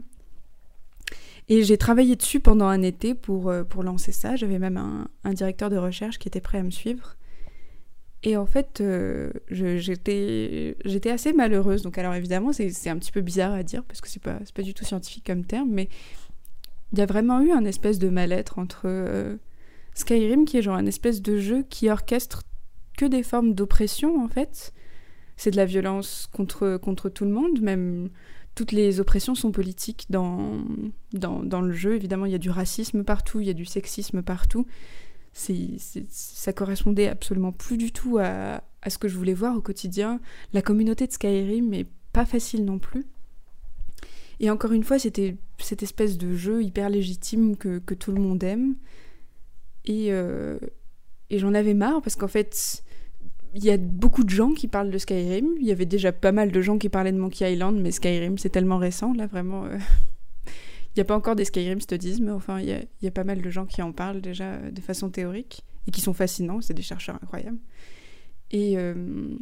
Et j'ai travaillé dessus pendant un été pour, pour lancer ça. J'avais même un, un directeur de recherche qui était prêt à me suivre. Et en fait, euh, je, j'étais, j'étais assez malheureuse. Donc alors évidemment, c'est, c'est un petit peu bizarre à dire, parce que c'est pas, c'est pas du tout scientifique comme terme, mais il y a vraiment eu un espèce de mal-être entre euh, Skyrim, qui est genre un espèce de jeu qui orchestre que des formes d'oppression, en fait. C'est de la violence contre, contre tout le monde, même toutes les oppressions sont politiques dans, dans, dans le jeu. Évidemment, il y a du racisme partout, il y a du sexisme partout. C'est, c'est, ça correspondait absolument plus du tout à, à ce que je voulais voir au quotidien. La communauté de Skyrim n'est pas facile non plus. Et encore une fois, c'était cette espèce de jeu hyper légitime que, que tout le monde aime. Et, euh, et j'en avais marre parce qu'en fait, il y a beaucoup de gens qui parlent de Skyrim. Il y avait déjà pas mal de gens qui parlaient de Monkey Island, mais Skyrim, c'est tellement récent, là, vraiment... Euh... Il n'y a pas encore des Skyrim studisme, mais enfin, il y a, il y a pas mal de gens qui en parlent déjà de façon théorique, et qui sont fascinants, c'est des chercheurs incroyables. Et, euh,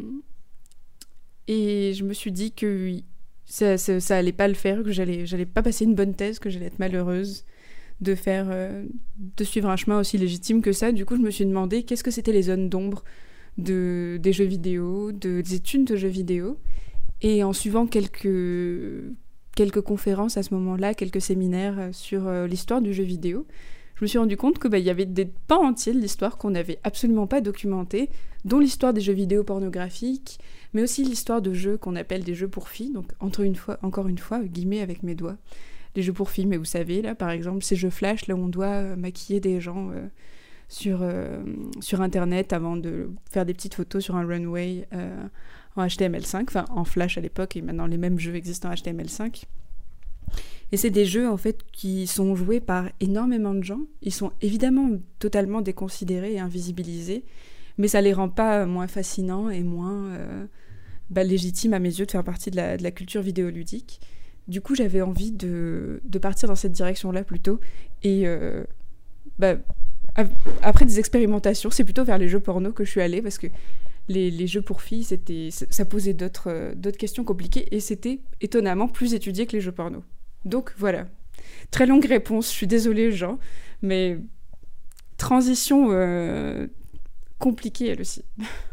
et je me suis dit que ça, ça, ça allait pas le faire, que j'allais, j'allais pas passer une bonne thèse, que j'allais être malheureuse de, faire, euh, de suivre un chemin aussi légitime que ça. Du coup, je me suis demandé qu'est-ce que c'était les zones d'ombre de, des jeux vidéo, de, des études de jeux vidéo. Et en suivant quelques... quelques conférences à ce moment-là, quelques séminaires sur euh, l'histoire du jeu vidéo, je me suis rendu compte qu'il bah, y avait des pans entiers de l'histoire qu'on n'avait absolument pas documentés, dont l'histoire des jeux vidéo pornographiques, mais aussi l'histoire de jeux qu'on appelle des jeux pour filles, donc entre une fois, encore une fois, guillemets avec mes doigts, les jeux pour filles, mais vous savez, là, par exemple, ces jeux flash, là où on doit euh, maquiller des gens euh, sur, euh, sur Internet avant de faire des petites photos sur un runway euh, en H T M L cinq, enfin en Flash à l'époque, et maintenant les mêmes jeux existent en H T M L cinq. Et c'est des jeux en fait qui sont joués par énormément de gens. Ils sont évidemment totalement déconsidérés et invisibilisés, mais ça les rend pas moins fascinants et moins euh, bah, légitimes à mes yeux de faire partie de la, de la culture vidéoludique. Du coup, j'avais envie de, de partir dans cette direction-là plutôt. Et euh, bah, après des expérimentations, c'est plutôt vers les jeux porno que je suis allée, parce que Les, les jeux pour filles, c'était, ça posait d'autres, euh, d'autres questions compliquées, et c'était étonnamment plus étudié que les jeux porno. Donc voilà, très longue réponse, je suis désolée Jean, mais transition euh, compliquée elle aussi.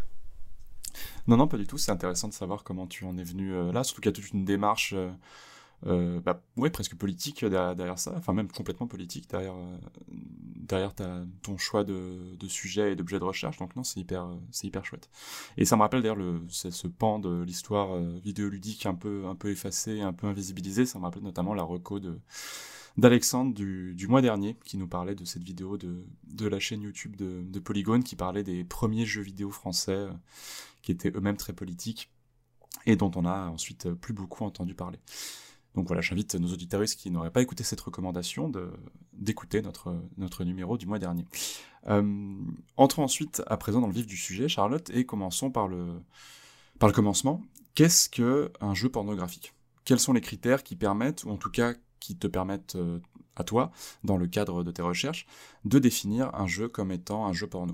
Non, non, pas du tout, c'est intéressant de savoir comment tu en es venu euh, là, surtout qu'il y a toute une démarche... Euh... Euh, bah, ouais, presque politique derrière, derrière ça, enfin même complètement politique derrière, euh, derrière ta, ton choix de, de sujet et d'objet de recherche, donc non, c'est hyper, c'est hyper chouette. Et ça me rappelle d'ailleurs le, c'est ce pan de l'histoire euh, vidéoludique un peu, un peu effacé, un peu invisibilisé, ça me rappelle notamment la reco de, d'Alexandre du, du mois dernier, qui nous parlait de cette vidéo de, de la chaîne YouTube de, de Polygone, qui parlait des premiers jeux vidéo français, euh, qui étaient eux-mêmes très politiques, et dont on a ensuite plus beaucoup entendu parler. Donc voilà, j'invite nos auditeurs qui n'auraient pas écouté cette recommandation de, d'écouter notre, notre numéro du mois dernier. Euh, entrons ensuite à présent dans le vif du sujet, Charlotte, et commençons par le, par le commencement. Qu'est-ce qu'un jeu pornographique ? Quels sont les critères qui permettent, ou en tout cas qui te permettent euh, à toi, dans le cadre de tes recherches, de définir un jeu comme étant un jeu porno ?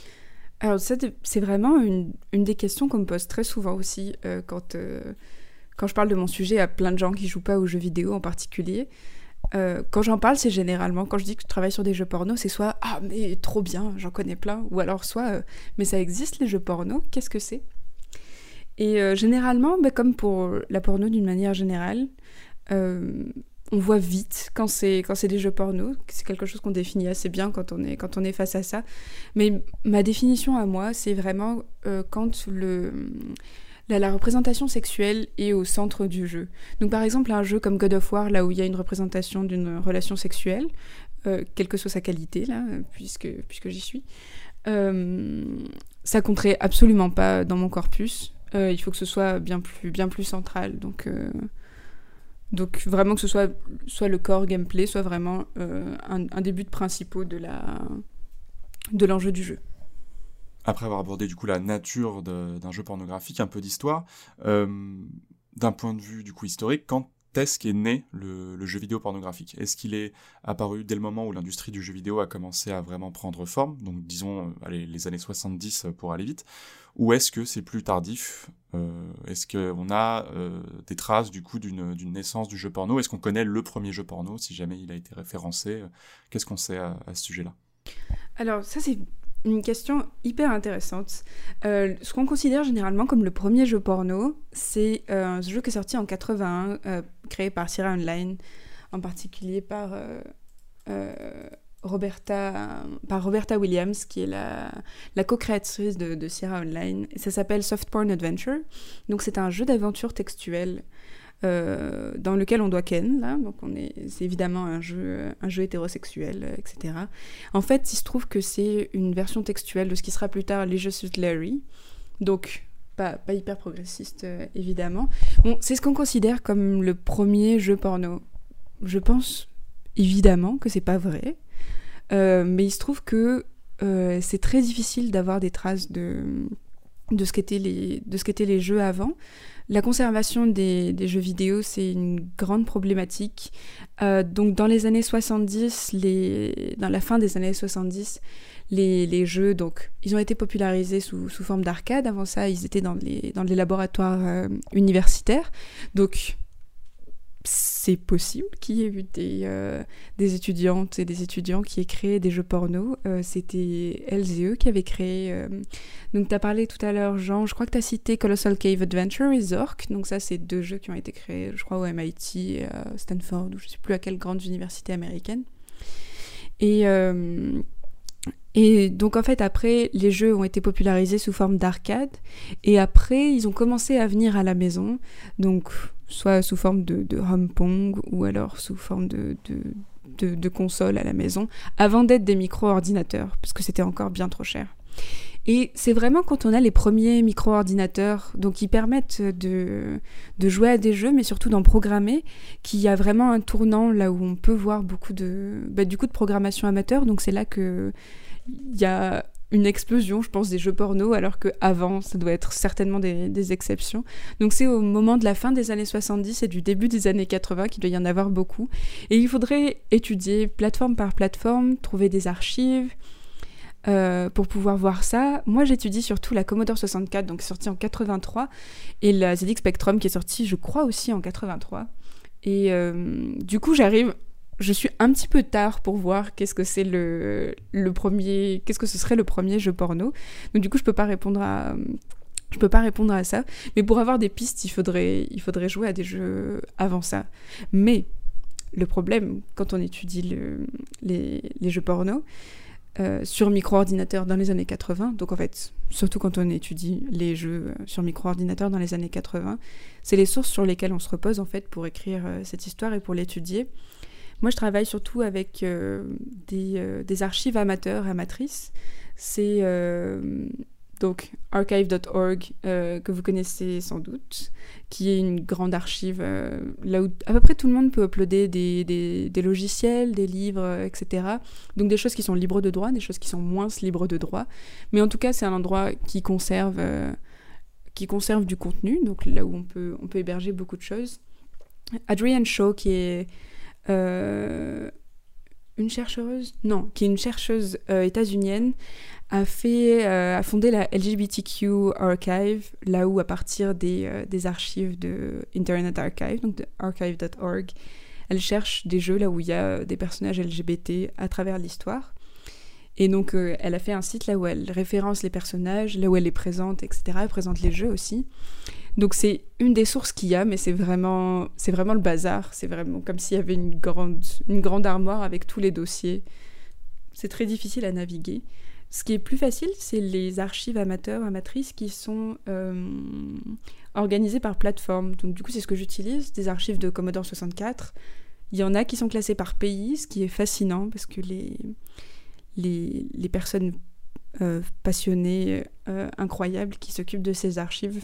Alors ça, c'est vraiment une, une des questions qu'on me pose très souvent aussi euh, quand... Euh... quand je parle de mon sujet à plein de gens qui jouent pas aux jeux vidéo en particulier, euh, quand j'en parle, c'est généralement, quand je dis que je travaille sur des jeux porno, c'est soit « Ah, mais trop bien, j'en connais plein », ou alors soit euh, « Mais ça existe les jeux porno, qu'est-ce que c'est ?» Et euh, généralement, bah, comme pour la porno d'une manière générale, euh, on voit vite quand c'est, quand c'est des jeux porno, c'est quelque chose qu'on définit assez bien quand on est, quand on est face à ça. Mais ma définition à moi, c'est vraiment euh, quand le, la, la représentation sexuelle est au centre du jeu. Donc par exemple, un jeu comme God of War, là où il y a une représentation d'une relation sexuelle, euh, quelle que soit sa qualité, là, puisque, puisque j'y suis, euh, ça compterait absolument pas dans mon corpus. Euh, il faut que ce soit bien plus, bien plus central. Donc... Euh, Donc vraiment que ce soit, soit le core gameplay, soit vraiment euh, un, un des buts principaux de, la, de l'enjeu du jeu. Après avoir abordé du coup la nature de, d'un jeu pornographique, un peu d'histoire, euh, d'un point de vue du coup historique, quand est-ce qu'est né le, le jeu vidéo pornographique ? Est-ce qu'il est apparu dès le moment où l'industrie du jeu vidéo a commencé à vraiment prendre forme, donc disons euh, allez, les années soixante-dix pour aller vite, ou est-ce que c'est plus tardif ? euh, Est-ce qu'on a euh, des traces du coup d'une, d'une naissance du jeu porno ? Est-ce qu'on connaît le premier jeu porno, si jamais il a été référencé ? Qu'est-ce qu'on sait à, à ce sujet-là ? Alors ça c'est une question hyper intéressante. Euh, ce qu'on considère généralement comme le premier jeu porno, c'est euh, un jeu qui est sorti en quatre-vingt-un, euh, créé par Sierra Online, en particulier par... Euh, euh, Roberta, par Roberta Williams, qui est la, la co-créatrice de, de Sierra Online. Et ça s'appelle Soft Porn Adventure. Donc c'est un jeu d'aventure textuelle euh, dans lequel on doit ken. Là. Donc on est, c'est évidemment un jeu, un jeu hétérosexuel, euh, et cetera. En fait, il se trouve que c'est une version textuelle de ce qui sera plus tard Leisure Suit Larry. Donc pas, pas hyper progressiste, euh, évidemment. Bon, c'est ce qu'on considère comme le premier jeu porno. Je pense évidemment que c'est pas vrai. Euh, mais il se trouve que euh, c'est très difficile d'avoir des traces de, de, ce qu'étaient les, de ce qu'étaient les jeux avant. La conservation des, des jeux vidéo, c'est une grande problématique. Euh, donc dans les années soixante-dix, les, dans la fin des années soixante-dix, les, les jeux, donc, ils ont été popularisés sous, sous forme d'arcade. Avant ça, ils étaient dans les, dans les laboratoires euh, universitaires. Donc... c'est possible qu'il y ait eu des, euh, des étudiantes et des étudiants qui aient créé des jeux porno. Euh, c'était elles et eux qui avaient créé... Euh... Donc tu as parlé tout à l'heure, Jean, je crois que tu as cité Colossal Cave Adventure et Zork. Donc ça, c'est deux jeux qui ont été créés, je crois, au M I T, et à Stanford, ou je ne sais plus à quelle grande université américaine. Et... Euh... Et donc en fait après les jeux ont été popularisés sous forme d'arcade et après ils ont commencé à venir à la maison, donc soit sous forme de, de home pong ou alors sous forme de, de, de, de console à la maison, avant d'être des micro-ordinateurs parce que c'était encore bien trop cher. Et c'est vraiment quand on a les premiers micro-ordinateurs, donc qui permettent de, de jouer à des jeux, mais surtout d'en programmer, qu'il y a vraiment un tournant là où on peut voir beaucoup de, bah, du coup de programmation amateur. Donc c'est là que il y a une explosion, je pense, des jeux porno, alors qu'avant, ça doit être certainement des, des exceptions. Donc c'est au moment de la fin des années soixante-dix et du début des années quatre-vingts qu'il doit y en avoir beaucoup. Et il faudrait étudier plateforme par plateforme, trouver des archives, Euh, pour pouvoir voir ça. Moi j'étudie surtout la Commodore soixante-quatre, donc sortie en quatre-vingt-trois, et la Z X Spectrum qui est sortie je crois aussi en quatre-vingt-trois, et euh, du coup j'arrive je suis un petit peu tard pour voir qu'est-ce que c'est le, le premier qu'est-ce que ce serait le premier jeu porno, donc du coup je peux pas répondre à je peux pas répondre à ça, mais pour avoir des pistes il faudrait, il faudrait jouer à des jeux avant ça. Mais le problème quand on étudie le, les, les jeux porno Euh, sur micro-ordinateur dans les années quatre-vingts, donc en fait, surtout quand on étudie les jeux euh, sur micro-ordinateur dans les années quatre-vingts, c'est les sources sur lesquelles on se repose en fait pour écrire euh, cette histoire et pour l'étudier. Moi, je travaille surtout avec euh, des, euh, des archives amateurs, amatrices. C'est euh, donc archive point org, euh, que vous connaissez sans doute, qui est une grande archive euh, là où à peu près tout le monde peut uploader des, des, des logiciels, des livres, euh, et cetera. Donc des choses qui sont libres de droit, des choses qui sont moins libres de droit. Mais en tout cas, c'est un endroit qui conserve, euh, qui conserve du contenu, donc là où on peut, on peut héberger beaucoup de choses. Adrienne Shaw, qui est... Euh, une chercheuse, non, qui est une chercheuse euh, états-unienne, a fait, euh, a fondé la L G B T Q Archive, là où à partir des, euh, des archives de Internet Archive, donc de archive point org, elle cherche des jeux là où il y a des personnages L G B T à travers l'histoire. Et donc euh, elle a fait un site là où elle référence les personnages, là où elle les présente, et cetera. Elle présente les jeux aussi. Donc c'est une des sources qu'il y a, mais c'est vraiment, c'est vraiment le bazar. C'est vraiment comme s'il y avait une grande, une grande armoire avec tous les dossiers. C'est très difficile à naviguer. Ce qui est plus facile, c'est les archives amateurs, amatrices qui sont euh, organisées par plateforme. Donc du coup, c'est ce que j'utilise, des archives de Commodore soixante-quatre. Il y en a qui sont classées par pays, ce qui est fascinant parce que les, les, les personnes euh, passionnées, euh, incroyables, qui s'occupent de ces archives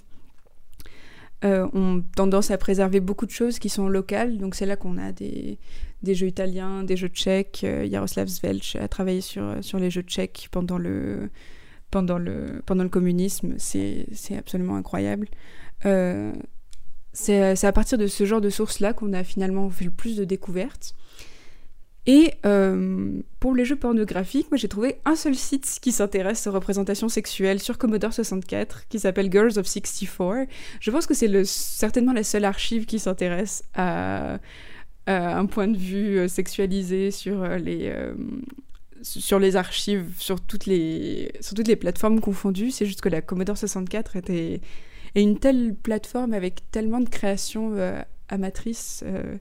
euh, ont tendance à préserver beaucoup de choses qui sont locales. Donc c'est là qu'on a des, des jeux italiens, des jeux tchèques. Euh, Jaroslav Svelch a travaillé sur, sur les jeux tchèques pendant le, pendant le, pendant le communisme. C'est, c'est absolument incroyable. Euh, c'est, c'est à partir de ce genre de sources-là qu'on a finalement fait le plus de découvertes. Et euh, pour les jeux pornographiques, moi j'ai trouvé un seul site qui s'intéresse aux représentations sexuelles sur Commodore soixante-quatre, qui s'appelle Girls of sixty-four. Je pense que c'est le, certainement la seule archive qui s'intéresse à, à un point de vue sexualisé sur les, euh, sur les archives, sur toutes les, sur toutes les plateformes confondues. C'est juste que la Commodore soixante-quatre était, est une telle plateforme avec tellement de créations euh, amatrices euh,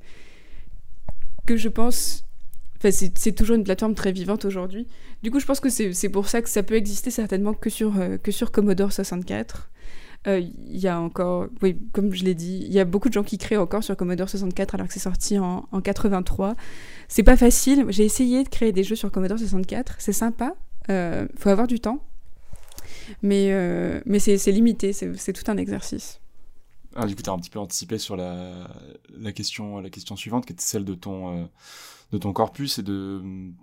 que je pense... Enfin, c'est, c'est toujours une plateforme très vivante aujourd'hui. Du coup, je pense que c'est, c'est pour ça que ça peut exister certainement que sur, euh, que sur Commodore soixante-quatre. Il euh, y a encore, oui, comme je l'ai dit, il y a beaucoup de gens qui créent encore sur Commodore soixante-quatre alors que c'est sorti en, en quatre-vingt-trois. C'est pas facile. J'ai essayé de créer des jeux sur Commodore soixante-quatre. C'est sympa. Euh, faut avoir du temps. Mais, euh, mais c'est, c'est limité. C'est, c'est tout un exercice. Ah, du coup, tu as un petit peu anticipé sur la, la, question, la question suivante, qui était celle de ton... Euh... de ton corpus et de,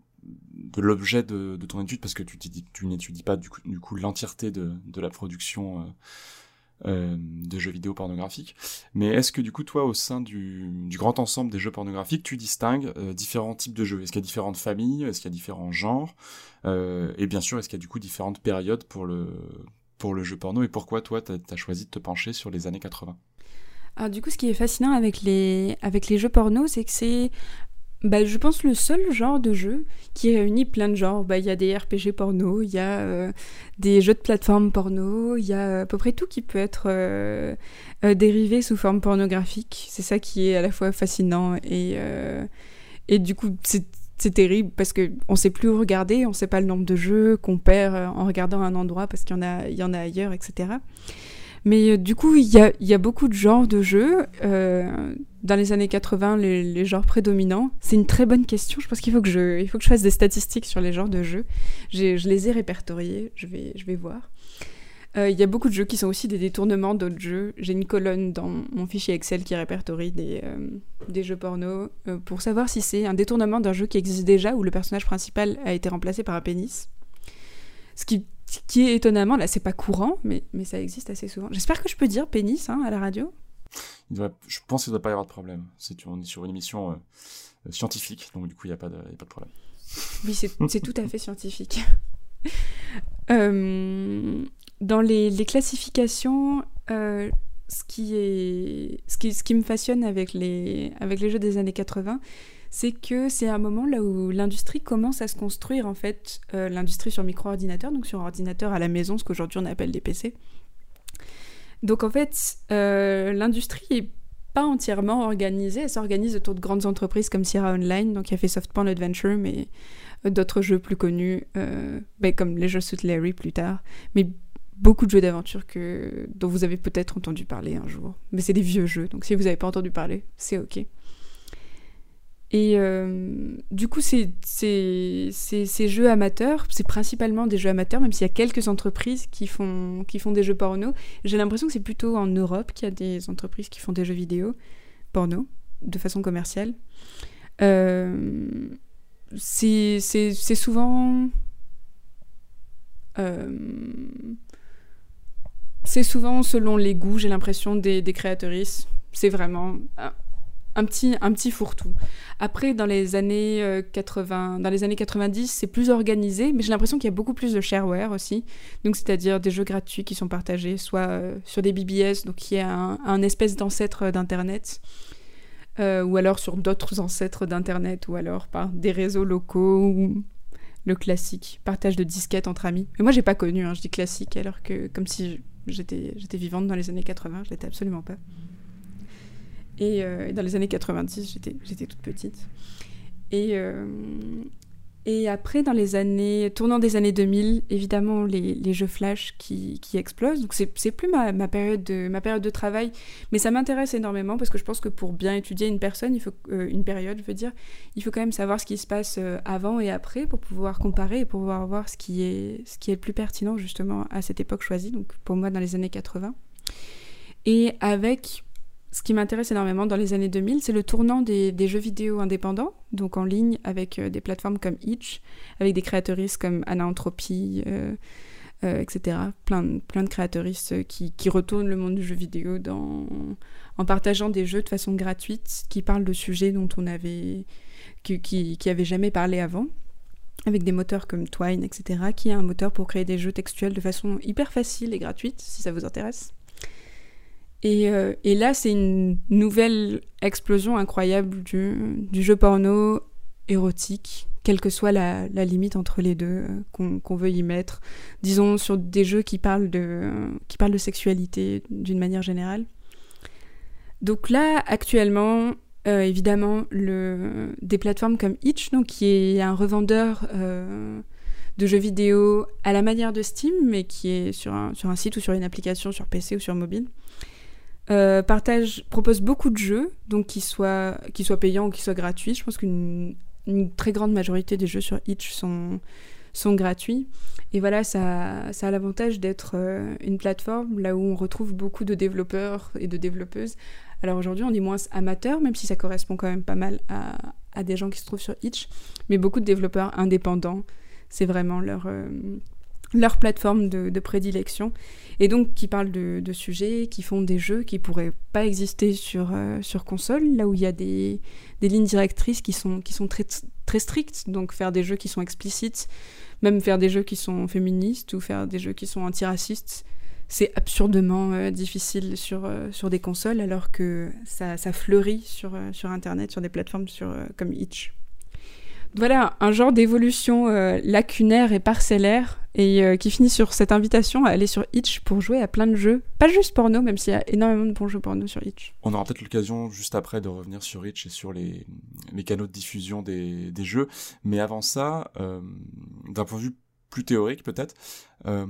de l'objet de, de ton étude, parce que tu, tu n'étudies pas du coup, du coup l'entièreté de, de la production euh, euh, de jeux vidéo pornographiques. Mais est-ce que du coup, toi, au sein du, du grand ensemble des jeux pornographiques, tu distingues euh, différents types de jeux ? Est-ce qu'il y a différentes familles ? Est-ce qu'il y a différents genres ? euh, Et bien sûr, est-ce qu'il y a du coup différentes périodes pour le, pour le jeu porno ? Et pourquoi, toi, tu as choisi de te pencher sur les années quatre-vingts ? Alors du coup, ce qui est fascinant avec les, avec les jeux porno, c'est que c'est... Bah, je pense le seul genre de jeu qui réunit plein de genres. Bah, il y a des R P G porno, il y a euh, des jeux de plateforme porno, il y a à peu près tout qui peut être euh, euh, dérivé sous forme pornographique. C'est ça qui est à la fois fascinant et, euh, et du coup c'est, c'est terrible parce qu'on ne sait plus où regarder, on ne sait pas le nombre de jeux qu'on perd en regardant un endroit parce qu'il y en a, il y en a ailleurs, et cetera. Mais euh, du coup, il y a, y a beaucoup de genres de jeux. Euh, dans les années quatre-vingts, les, les genres prédominants. C'est une très bonne question. Je pense qu'il faut que je, il faut que je fasse des statistiques sur les genres de jeux. J'ai, je les ai répertoriés. Je vais, je vais voir. Il euh, y a beaucoup de jeux qui sont aussi des détournements d'autres jeux. J'ai une colonne dans mon fichier Excel qui répertorie des, euh, des jeux porno euh, pour savoir si c'est un détournement d'un jeu qui existe déjà où le personnage principal a été remplacé par un pénis. Ce qui... qui est étonnamment, là c'est pas courant, mais, mais ça existe assez souvent. J'espère que je peux dire pénis hein, à la radio. Il doit, je pense qu'il ne doit pas y avoir de problème. C'est, on est sur une émission euh, scientifique, donc du coup il n'y a, a pas de problème. Oui, c'est, c'est tout à fait scientifique. euh, dans les, les classifications, euh, ce, qui est, ce, qui, ce qui me fascine avec les, avec les jeux des années quatre-vingts, c'est que c'est un moment là où l'industrie commence à se construire, en fait, euh, l'industrie sur micro-ordinateur, donc sur ordinateur à la maison, ce qu'aujourd'hui on appelle des P C. Donc en fait, euh, l'industrie n'est pas entièrement organisée, elle s'organise autour de grandes entreprises comme Sierra Online, donc qui a fait Soft Porn Adventure, mais euh, d'autres jeux plus connus, euh, ben, comme les jeux Suit Larry plus tard, mais beaucoup de jeux d'aventure que, dont vous avez peut-être entendu parler un jour. Mais c'est des vieux jeux, donc si vous n'avez pas entendu parler, c'est ok. Et euh, du coup, c'est, c'est, c'est, ces jeux amateurs, c'est principalement des jeux amateurs, même s'il y a quelques entreprises qui font, qui font des jeux porno. J'ai l'impression que c'est plutôt en Europe qu'il y a des entreprises qui font des jeux vidéo porno, de façon commerciale. Euh, c'est, c'est, c'est souvent... Euh, c'est souvent selon les goûts, j'ai l'impression, des, des créatrices. C'est vraiment... un petit, un petit fourre-tout. Après, dans les années euh, quatre-vingts, dans les années quatre-vingt-dix, c'est plus organisé, mais j'ai l'impression qu'il y a beaucoup plus de shareware aussi. Donc, c'est-à-dire des jeux gratuits qui sont partagés, soit euh, sur des B B S, donc qui est un, un espèce d'ancêtre d'Internet, euh, ou alors sur d'autres ancêtres d'Internet, ou alors par des réseaux locaux, ou le classique, partage de disquettes entre amis. Mais moi, j'ai pas connu, hein, je dis classique, alors que comme si j'étais, j'étais vivante dans les années quatre-vingts, je l'étais absolument pas. Et euh, dans les années quatre-vingt-dix, j'étais, j'étais toute petite. Et, euh, et après, dans les années, tournant des années deux mille, évidemment, les, les jeux Flash qui, qui explosent. Donc, c'est, c'est plus ma, ma, période de, ma période de travail, mais ça m'intéresse énormément parce que je pense que pour bien étudier une personne, il faut, euh, une période, je veux dire, il faut quand même savoir ce qui se passe euh, avant et après pour pouvoir comparer et pour pouvoir voir ce qui est, ce qui est le plus pertinent, justement, à cette époque choisie. Donc, pour moi, dans les années quatre-vingts. Et avec... Ce qui m'intéresse énormément dans les années deux mille, c'est le tournant des, des jeux vidéo indépendants, donc en ligne avec euh, des plateformes comme Itch, avec des créatrices comme Anna Entropy, euh, euh, et cetera. Plein, plein de créatrices qui, qui retournent le monde du jeu vidéo dans, en partageant des jeux de façon gratuite, qui parlent de sujets dont on avait, qui, qui, qui avaient jamais parlé avant, avec des moteurs comme Twine, et cetera, qui est un moteur pour créer des jeux textuels de façon hyper facile et gratuite, si ça vous intéresse. Et, euh, et là, c'est une nouvelle explosion incroyable du, du jeu porno érotique, quelle que soit la, la limite entre les deux euh, qu'on, qu'on veut y mettre. Disons, sur des jeux qui parlent de, euh, qui parlent de sexualité d'une manière générale. Donc là, actuellement, euh, évidemment, le, des plateformes comme Itch, donc, qui est un revendeur euh, de jeux vidéo à la manière de Steam, mais qui est sur un, sur un site ou sur une application, sur P C ou sur mobile, Euh, partage, propose beaucoup de jeux, donc qu'ils soient, qu'ils soient payants ou qu'ils soient gratuits. Je pense qu'une une très grande majorité des jeux sur Itch sont, sont gratuits. Et voilà, ça, ça a l'avantage d'être euh, une plateforme là où on retrouve beaucoup de développeurs et de développeuses. Alors aujourd'hui, on est moins amateur, même si ça correspond quand même pas mal à, à des gens qui se trouvent sur Itch. Mais beaucoup de développeurs indépendants, c'est vraiment leur... Euh, leur plateforme de, de prédilection, et donc qui parlent de, de sujets, qui font des jeux qui pourraient pas exister sur, euh, sur console, là où il y a des, des lignes directrices qui sont, qui sont très, très strictes, donc faire des jeux qui sont explicites, même faire des jeux qui sont féministes, ou faire des jeux qui sont antiracistes, c'est absurdement euh, difficile sur, euh, sur des consoles, alors que ça, ça fleurit sur, euh, sur Internet, sur des plateformes sur, euh, comme Itch. Voilà, un genre d'évolution euh, lacunaire et parcellaire, et euh, qui finit sur cette invitation à aller sur Itch pour jouer à plein de jeux, pas juste porno, même s'il y a énormément de bons jeux porno sur Itch. On aura peut-être l'occasion juste après de revenir sur Itch et sur les, les canaux de diffusion des, des jeux, mais avant ça, euh, d'un point de vue plus théorique peut-être, euh,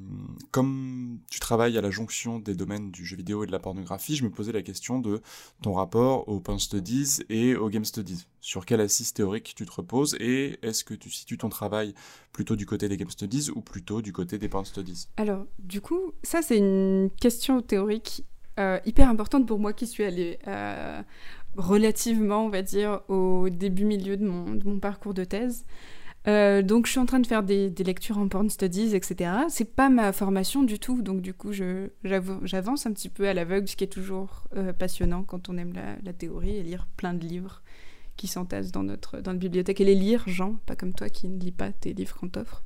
comme tu travailles à la jonction des domaines du jeu vidéo et de la pornographie, je me posais la question de ton rapport aux porn studies et aux game studies. Sur quelle assise théorique tu te reposes, et est-ce que tu situes ton travail plutôt du côté des game studies ou plutôt du côté des porn studies ? Alors, du coup, ça c'est une question théorique euh, hyper importante pour moi qui suis allée euh, relativement, on va dire, au début-milieu de mon, de mon parcours de thèse. Euh, donc je suis en train de faire des, des lectures en porn studies, et cetera. C'est pas ma formation du tout, donc du coup je, j'avance un petit peu à l'aveugle, ce qui est toujours euh, passionnant quand on aime la, la théorie et lire plein de livres qui s'entassent dans notre, dans notre bibliothèque. Et les lire, Jean, pas comme toi qui ne lis pas tes livres qu'on t'offre.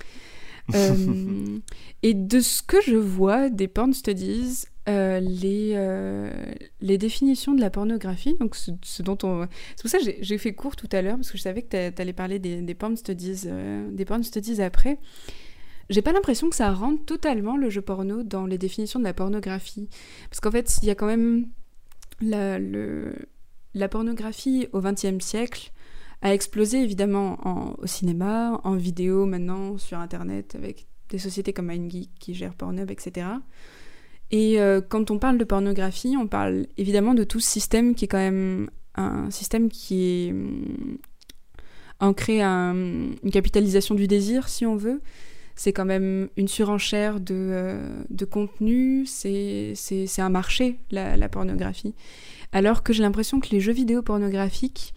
euh, et de ce que je vois des porn studies, euh, les, euh, les définitions de la pornographie, donc ce, ce dont on... C'est pour ça que j'ai, j'ai fait court tout à l'heure, parce que je savais que tu allais parler des, des, porn studies, euh, des porn studies après. J'ai pas l'impression que ça rentre totalement le jeu porno dans les définitions de la pornographie. Parce qu'en fait, il y a quand même... La, le, la pornographie au vingtième siècle a explosé évidemment en, au cinéma, en vidéo maintenant, sur Internet, avec des sociétés comme MindGeek qui gèrent Pornhub, et cetera. Et euh, quand on parle de pornographie, on parle évidemment de tout ce système qui est quand même un système qui est hum, ancré à un, une capitalisation du désir, si on veut. C'est quand même une surenchère de, euh, de contenu, c'est, c'est, c'est un marché, la, la pornographie. Alors que j'ai l'impression que les jeux vidéo pornographiques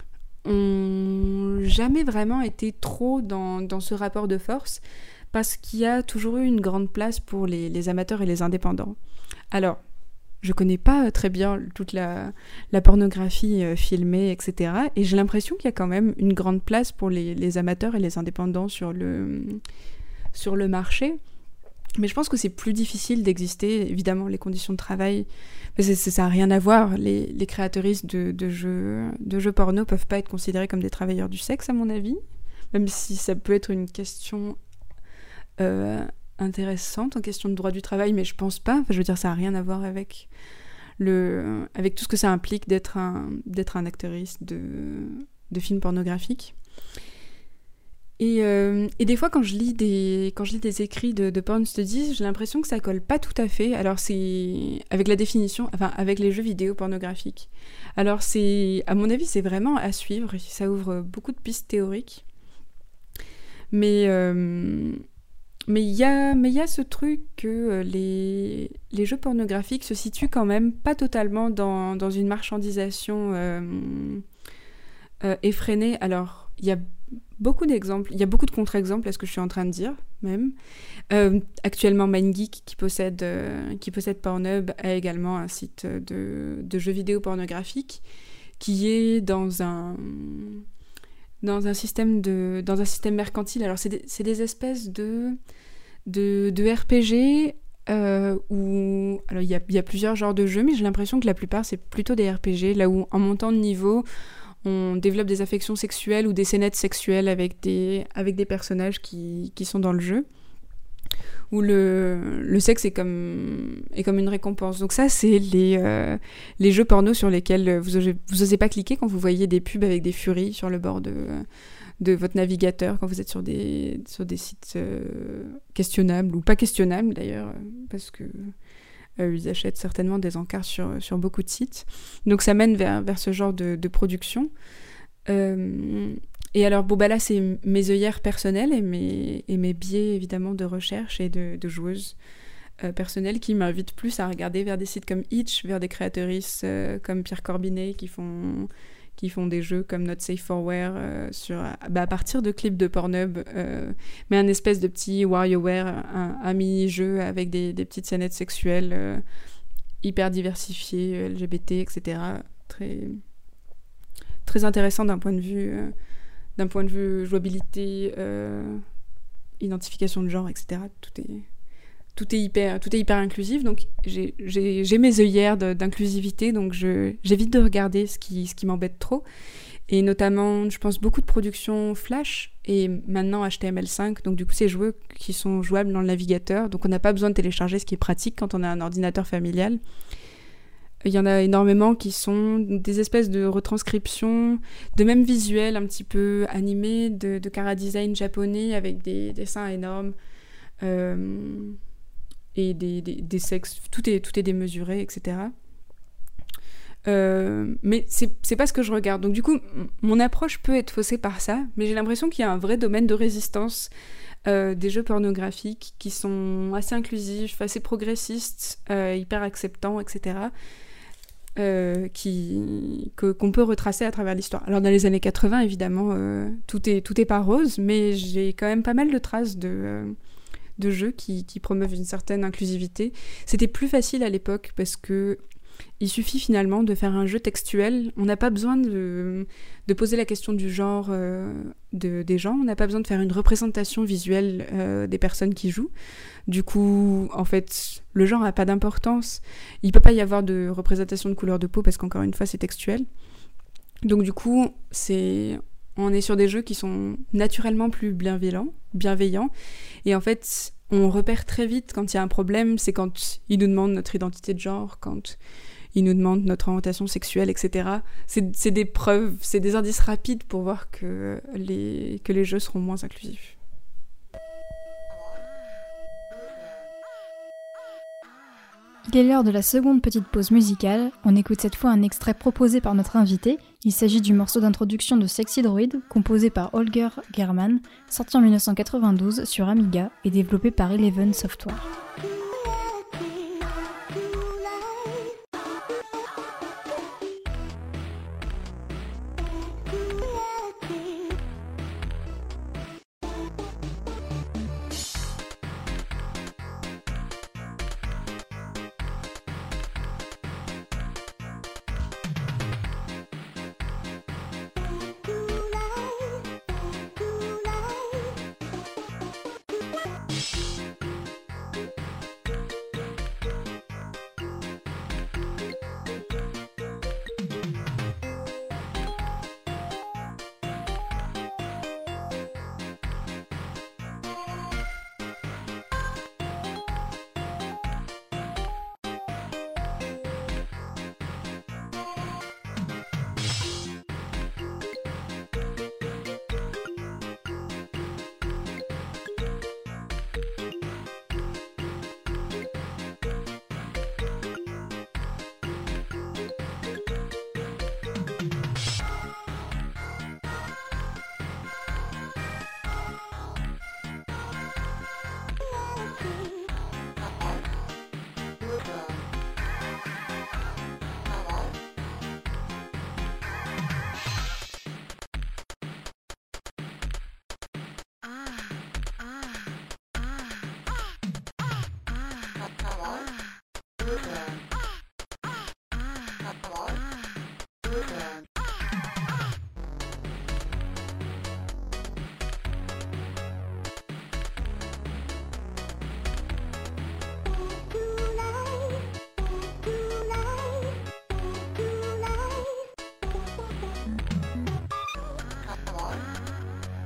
ont jamais vraiment été trop dans, dans ce rapport de force, parce qu'il y a toujours eu une grande place pour les, les amateurs et les indépendants. Alors, je connais pas très bien toute la, la pornographie euh, filmée, et cetera. Et j'ai l'impression qu'il y a quand même une grande place pour les, les amateurs et les indépendants sur le, sur le marché. Mais je pense que c'est plus difficile d'exister. Évidemment, les conditions de travail, c'est, c'est, ça n'a rien à voir. Les, les créatrices de, de, jeux, de jeux porno peuvent pas être considérées comme des travailleurs du sexe, à mon avis. Même si ça peut être une question euh, intéressante, en question de droit du travail, mais je pense pas. Enfin, je veux dire, ça n'a rien à voir avec, le, avec tout ce que ça implique d'être un, d'être un actrice de, de films pornographiques. Et, euh, et des fois, quand je lis des, quand je lis des écrits de, de porn studies, j'ai l'impression que ça colle pas tout à fait. Alors, c'est avec la définition, enfin, avec les jeux vidéo pornographiques. Alors, c'est, à mon avis, c'est vraiment à suivre. Ça ouvre beaucoup de pistes théoriques. Mais euh, mais il y a, mais il y a ce truc que les, les jeux pornographiques se situent quand même pas totalement dans, dans une marchandisation euh, euh, effrénée. Alors, il y a beaucoup d'exemples, il y a beaucoup de contre-exemples à ce que je suis en train de dire, même. Euh, actuellement, MindGeek, qui possède, euh, qui possède Pornhub, a également un site de, de jeux vidéo pornographiques qui est dans un, dans un, système, de, dans un système mercantile. Alors, c'est des, c'est des espèces de, de, de R P G euh, où... Alors, il y a, il y a plusieurs genres de jeux, mais j'ai l'impression que la plupart, c'est plutôt des R P G, là où, en montant de niveau, on développe des affections sexuelles ou des scénettes sexuelles avec des, avec des personnages qui, qui sont dans le jeu, où le, le sexe est comme, est comme une récompense. Donc ça, c'est les, euh, les jeux porno sur lesquels vous osez, vous osez pas cliquer quand vous voyez des pubs avec des furies sur le bord de, de votre navigateur, quand vous êtes sur des, sur des sites euh, questionnables, ou pas questionnables d'ailleurs, parce que Euh, ils achètent certainement des encarts sur, sur beaucoup de sites. Donc ça mène vers, vers ce genre de, de production. Euh, et alors, bon, bah là, c'est mes œillères personnelles et mes, et mes biais, évidemment, de recherche et de, de joueuses euh, personnelles qui m'invitent plus à regarder vers des sites comme Itch, vers des créatrices euh, comme Pierre Corbinet qui font... qui font des jeux comme Not Safe for Wear euh, sur, bah, à partir de clips de Pornhub, euh, mais un espèce de petit WarioWare, un, un mini-jeu avec des, des petites scénettes sexuelles euh, hyper diversifiées, L G B T, et cetera. Très, très intéressant d'un point de vue, euh, d'un point de vue jouabilité, euh, identification de genre, et cetera. Tout est... Tout est, hyper, tout est hyper inclusif, donc j'ai, j'ai, j'ai mes œillères de, d'inclusivité, donc je, j'évite de regarder ce qui, ce qui m'embête trop. Et notamment, je pense beaucoup de productions Flash, et maintenant H T M L cinq, donc du coup c'est joueux qui sont jouables dans le navigateur, donc on n'a pas besoin de télécharger, ce qui est pratique quand on a un ordinateur familial. Il y en a énormément qui sont des espèces de retranscriptions, de même visuels un petit peu animés, de, de chara-design japonais avec des dessins énormes. Euh... et des, des, des sexes, tout est, tout est démesuré, et cetera. Euh, mais c'est, c'est pas ce que je regarde. Donc du coup, m- mon approche peut être faussée par ça, mais j'ai l'impression qu'il y a un vrai domaine de résistance euh, des jeux pornographiques qui sont assez inclusifs, assez progressistes, euh, hyper acceptants, et cetera. Euh, qui, que, qu'on peut retracer à travers l'histoire. Alors dans les années quatre-vingts, évidemment, euh, tout est, tout est pas rose, mais j'ai quand même pas mal de traces de... Euh, de jeux qui, qui promeuvent une certaine inclusivité. C'était plus facile à l'époque parce que il suffit finalement de faire un jeu textuel. On n'a pas besoin de, de poser la question du genre euh, de, des gens. On n'a pas besoin de faire une représentation visuelle euh, des personnes qui jouent. Du coup, en fait, le genre n'a pas d'importance. Il ne peut pas y avoir de représentation de couleur de peau parce qu'encore une fois, c'est textuel. Donc du coup, c'est... on est sur des jeux qui sont naturellement plus bienveillants, bienveillants. Et en fait, on repère très vite quand il y a un problème, c'est quand ils nous demandent notre identité de genre, quand ils nous demandent notre orientation sexuelle, et cetera. C'est, c'est des preuves, c'est des indices rapides pour voir que les, que les jeux seront moins inclusifs. Il est l'heure de la seconde petite pause musicale. On écoute cette fois un extrait proposé par notre invité. Il s'agit du morceau d'introduction de Sexy Droid, composé par Holger German, sorti en dix-neuf cent quatre-vingt-douze sur Amiga et développé par Eleven Software.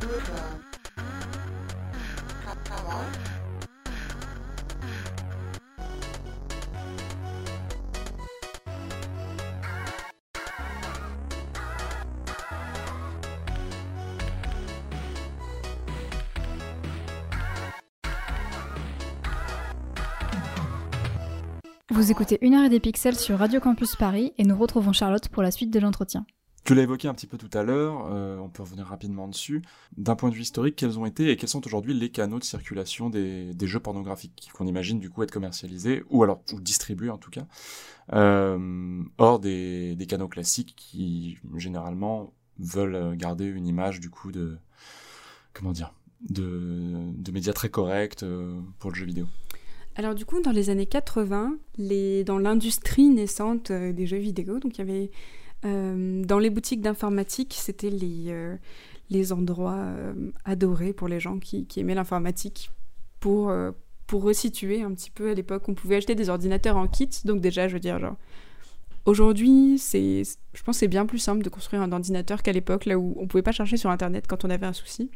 Vous écoutez Une heure et des pixels sur Radio Campus Paris et nous retrouvons Charlotte pour la suite de l'entretien. Tu l'as évoqué un petit peu tout à l'heure, euh, on peut revenir rapidement dessus. D'un point de vue historique, quels ont été et quels sont aujourd'hui les canaux de circulation des, des jeux pornographiques qu'on imagine du coup être commercialisés, ou alors ou distribués en tout cas, euh, hors des, des canaux classiques qui généralement veulent garder une image du coup de... comment dire de, de médias très corrects euh, pour le jeu vidéo. Alors du coup, dans les années quatre-vingts, les... dans l'industrie naissante euh, des jeux vidéo, donc il y avait euh, dans les boutiques d'informatique, c'était les, euh, les endroits euh, adorés pour les gens qui, qui aimaient l'informatique. Pour, euh, pour resituer un petit peu, à l'époque, on pouvait acheter des ordinateurs en kit, donc déjà, je veux dire, genre, aujourd'hui, c'est, je pense que c'est bien plus simple de construire un ordinateur qu'à l'époque, là où on pouvait pas chercher sur Internet quand on avait un souci.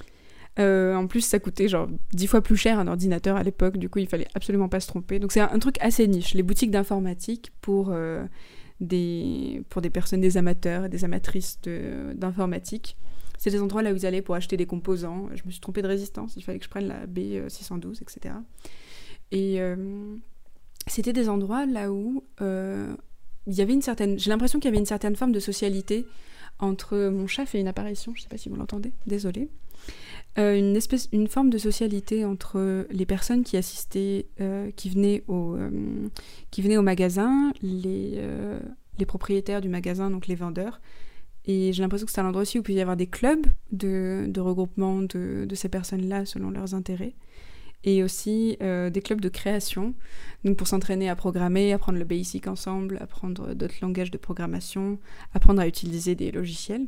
Euh, en plus, ça coûtait genre dix fois plus cher un ordinateur à l'époque, du coup il fallait absolument pas se tromper. Donc c'est un, un truc assez niche, les boutiques d'informatique pour, euh, des, pour des personnes, des amateurs et des amatrices de, d'informatique. C'est des endroits là où ils allaient pour acheter des composants. Je me suis trompée de résistance, il fallait que je prenne la B six cent douze, et cetera. Et euh, c'était des endroits là où euh, il y avait une certaine... J'ai l'impression qu'il y avait une certaine forme de socialité entre... Mon chat fait une apparition, je sais pas si vous l'entendez, désolée. Euh, une, espèce, une forme de socialité entre les personnes qui assistaient, euh, qui, venaient au, euh, qui venaient au magasin, les, euh, les propriétaires du magasin, donc les vendeurs. Et j'ai l'impression que c'est un endroit aussi où il peut y avoir des clubs de, de regroupement de, de ces personnes-là selon leurs intérêts. Et aussi euh, des clubs de création, donc pour s'entraîner à programmer, apprendre le Basic ensemble, apprendre d'autres langages de programmation, apprendre à utiliser des logiciels.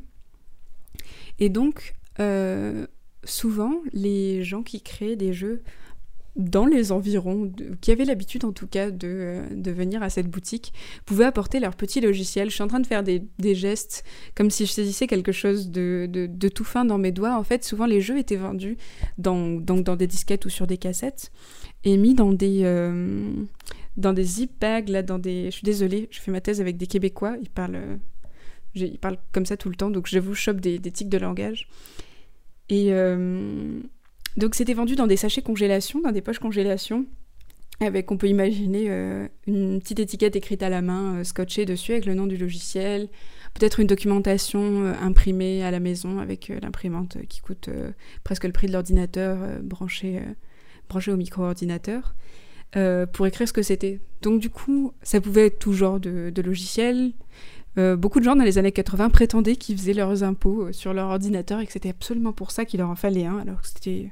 Et donc... Euh, souvent, les gens qui créaient des jeux dans les environs, de, qui avaient l'habitude en tout cas de, de venir à cette boutique, pouvaient apporter leur petit logiciel. Je suis en train de faire des, des gestes comme si je saisissais quelque chose de, de, de tout fin dans mes doigts. En fait, souvent les jeux étaient vendus dans, donc dans des disquettes ou sur des cassettes et mis dans des, euh, dans des zip bags, là, dans des... Je suis désolée, je fais ma thèse avec des Québécois, ils parlent, ils parlent comme ça tout le temps, donc je vous chope des, des tics de langage. Et euh, donc c'était vendu dans des sachets congélation, dans des poches congélation, avec, on peut imaginer, euh, une petite étiquette écrite à la main, euh, scotchée dessus avec le nom du logiciel, peut-être une documentation euh, imprimée à la maison avec euh, l'imprimante euh, qui coûte euh, presque le prix de l'ordinateur euh, branché, euh, branché au micro-ordinateur, euh, pour écrire ce que c'était. Donc du coup, ça pouvait être tout genre de, de logiciels. Euh, beaucoup de gens dans les années quatre-vingts prétendaient qu'ils faisaient leurs impôts euh, sur leur ordinateur et que c'était absolument pour ça qu'il leur en fallait un, alors que c'était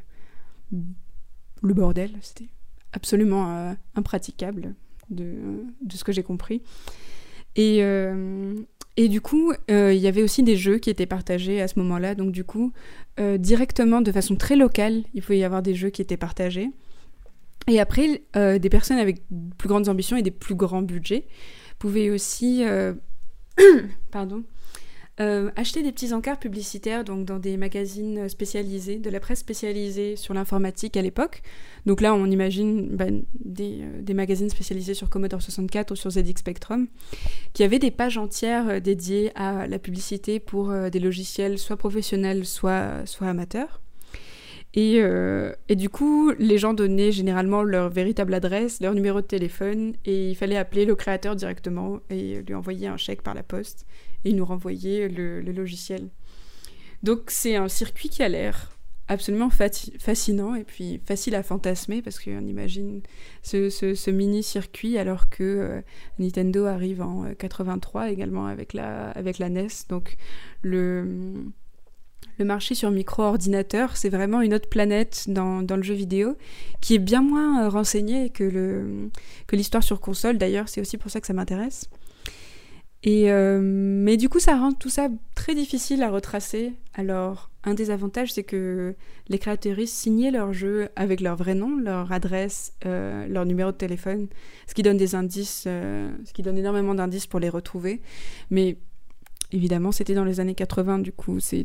le bordel, c'était absolument euh, impraticable de, de ce que j'ai compris. Et, euh, et du coup, il euh, y avait aussi des jeux qui étaient partagés à ce moment-là, donc du coup, euh, directement, de façon très locale, il pouvait y avoir des jeux qui étaient partagés. Et après, euh, des personnes avec de plus grandes ambitions et des plus grands budgets pouvaient aussi... Euh, Pardon. Euh, acheter des petits encarts publicitaires donc dans des magazines spécialisés, de la presse spécialisée sur l'informatique à l'époque. Donc là, on imagine bah, des, euh, des magazines spécialisés sur Commodore soixante-quatre ou sur Z X Spectrum, qui avaient des pages entières euh, dédiées à la publicité pour euh, des logiciels soit professionnels, soit, soit amateurs. Et, euh, et du coup, les gens donnaient généralement leur véritable adresse, leur numéro de téléphone, et il fallait appeler le créateur directement et lui envoyer un chèque par la poste, et il nous renvoyait le, le logiciel. Donc c'est un circuit qui a l'air absolument fati- fascinant et puis facile à fantasmer, parce qu'on imagine ce, ce, ce mini-circuit alors que euh, Nintendo arrive en quatre-vingt-trois également avec la, avec la N E S, donc le... Le marché sur micro-ordinateur, c'est vraiment une autre planète dans, dans le jeu vidéo, qui est bien moins euh, renseignée que, le, que l'histoire sur console. D'ailleurs, c'est aussi pour ça que ça m'intéresse. Et, euh, mais du coup, ça rend tout ça très difficile à retracer. Alors, un des avantages, c'est que les créatrices signaient leurs jeux avec leur vrai nom, leur adresse, euh, leur numéro de téléphone, ce qui donne des indices, euh, ce qui donne énormément d'indices pour les retrouver. Mais évidemment, c'était dans les années quatre-vingts, du coup, c'est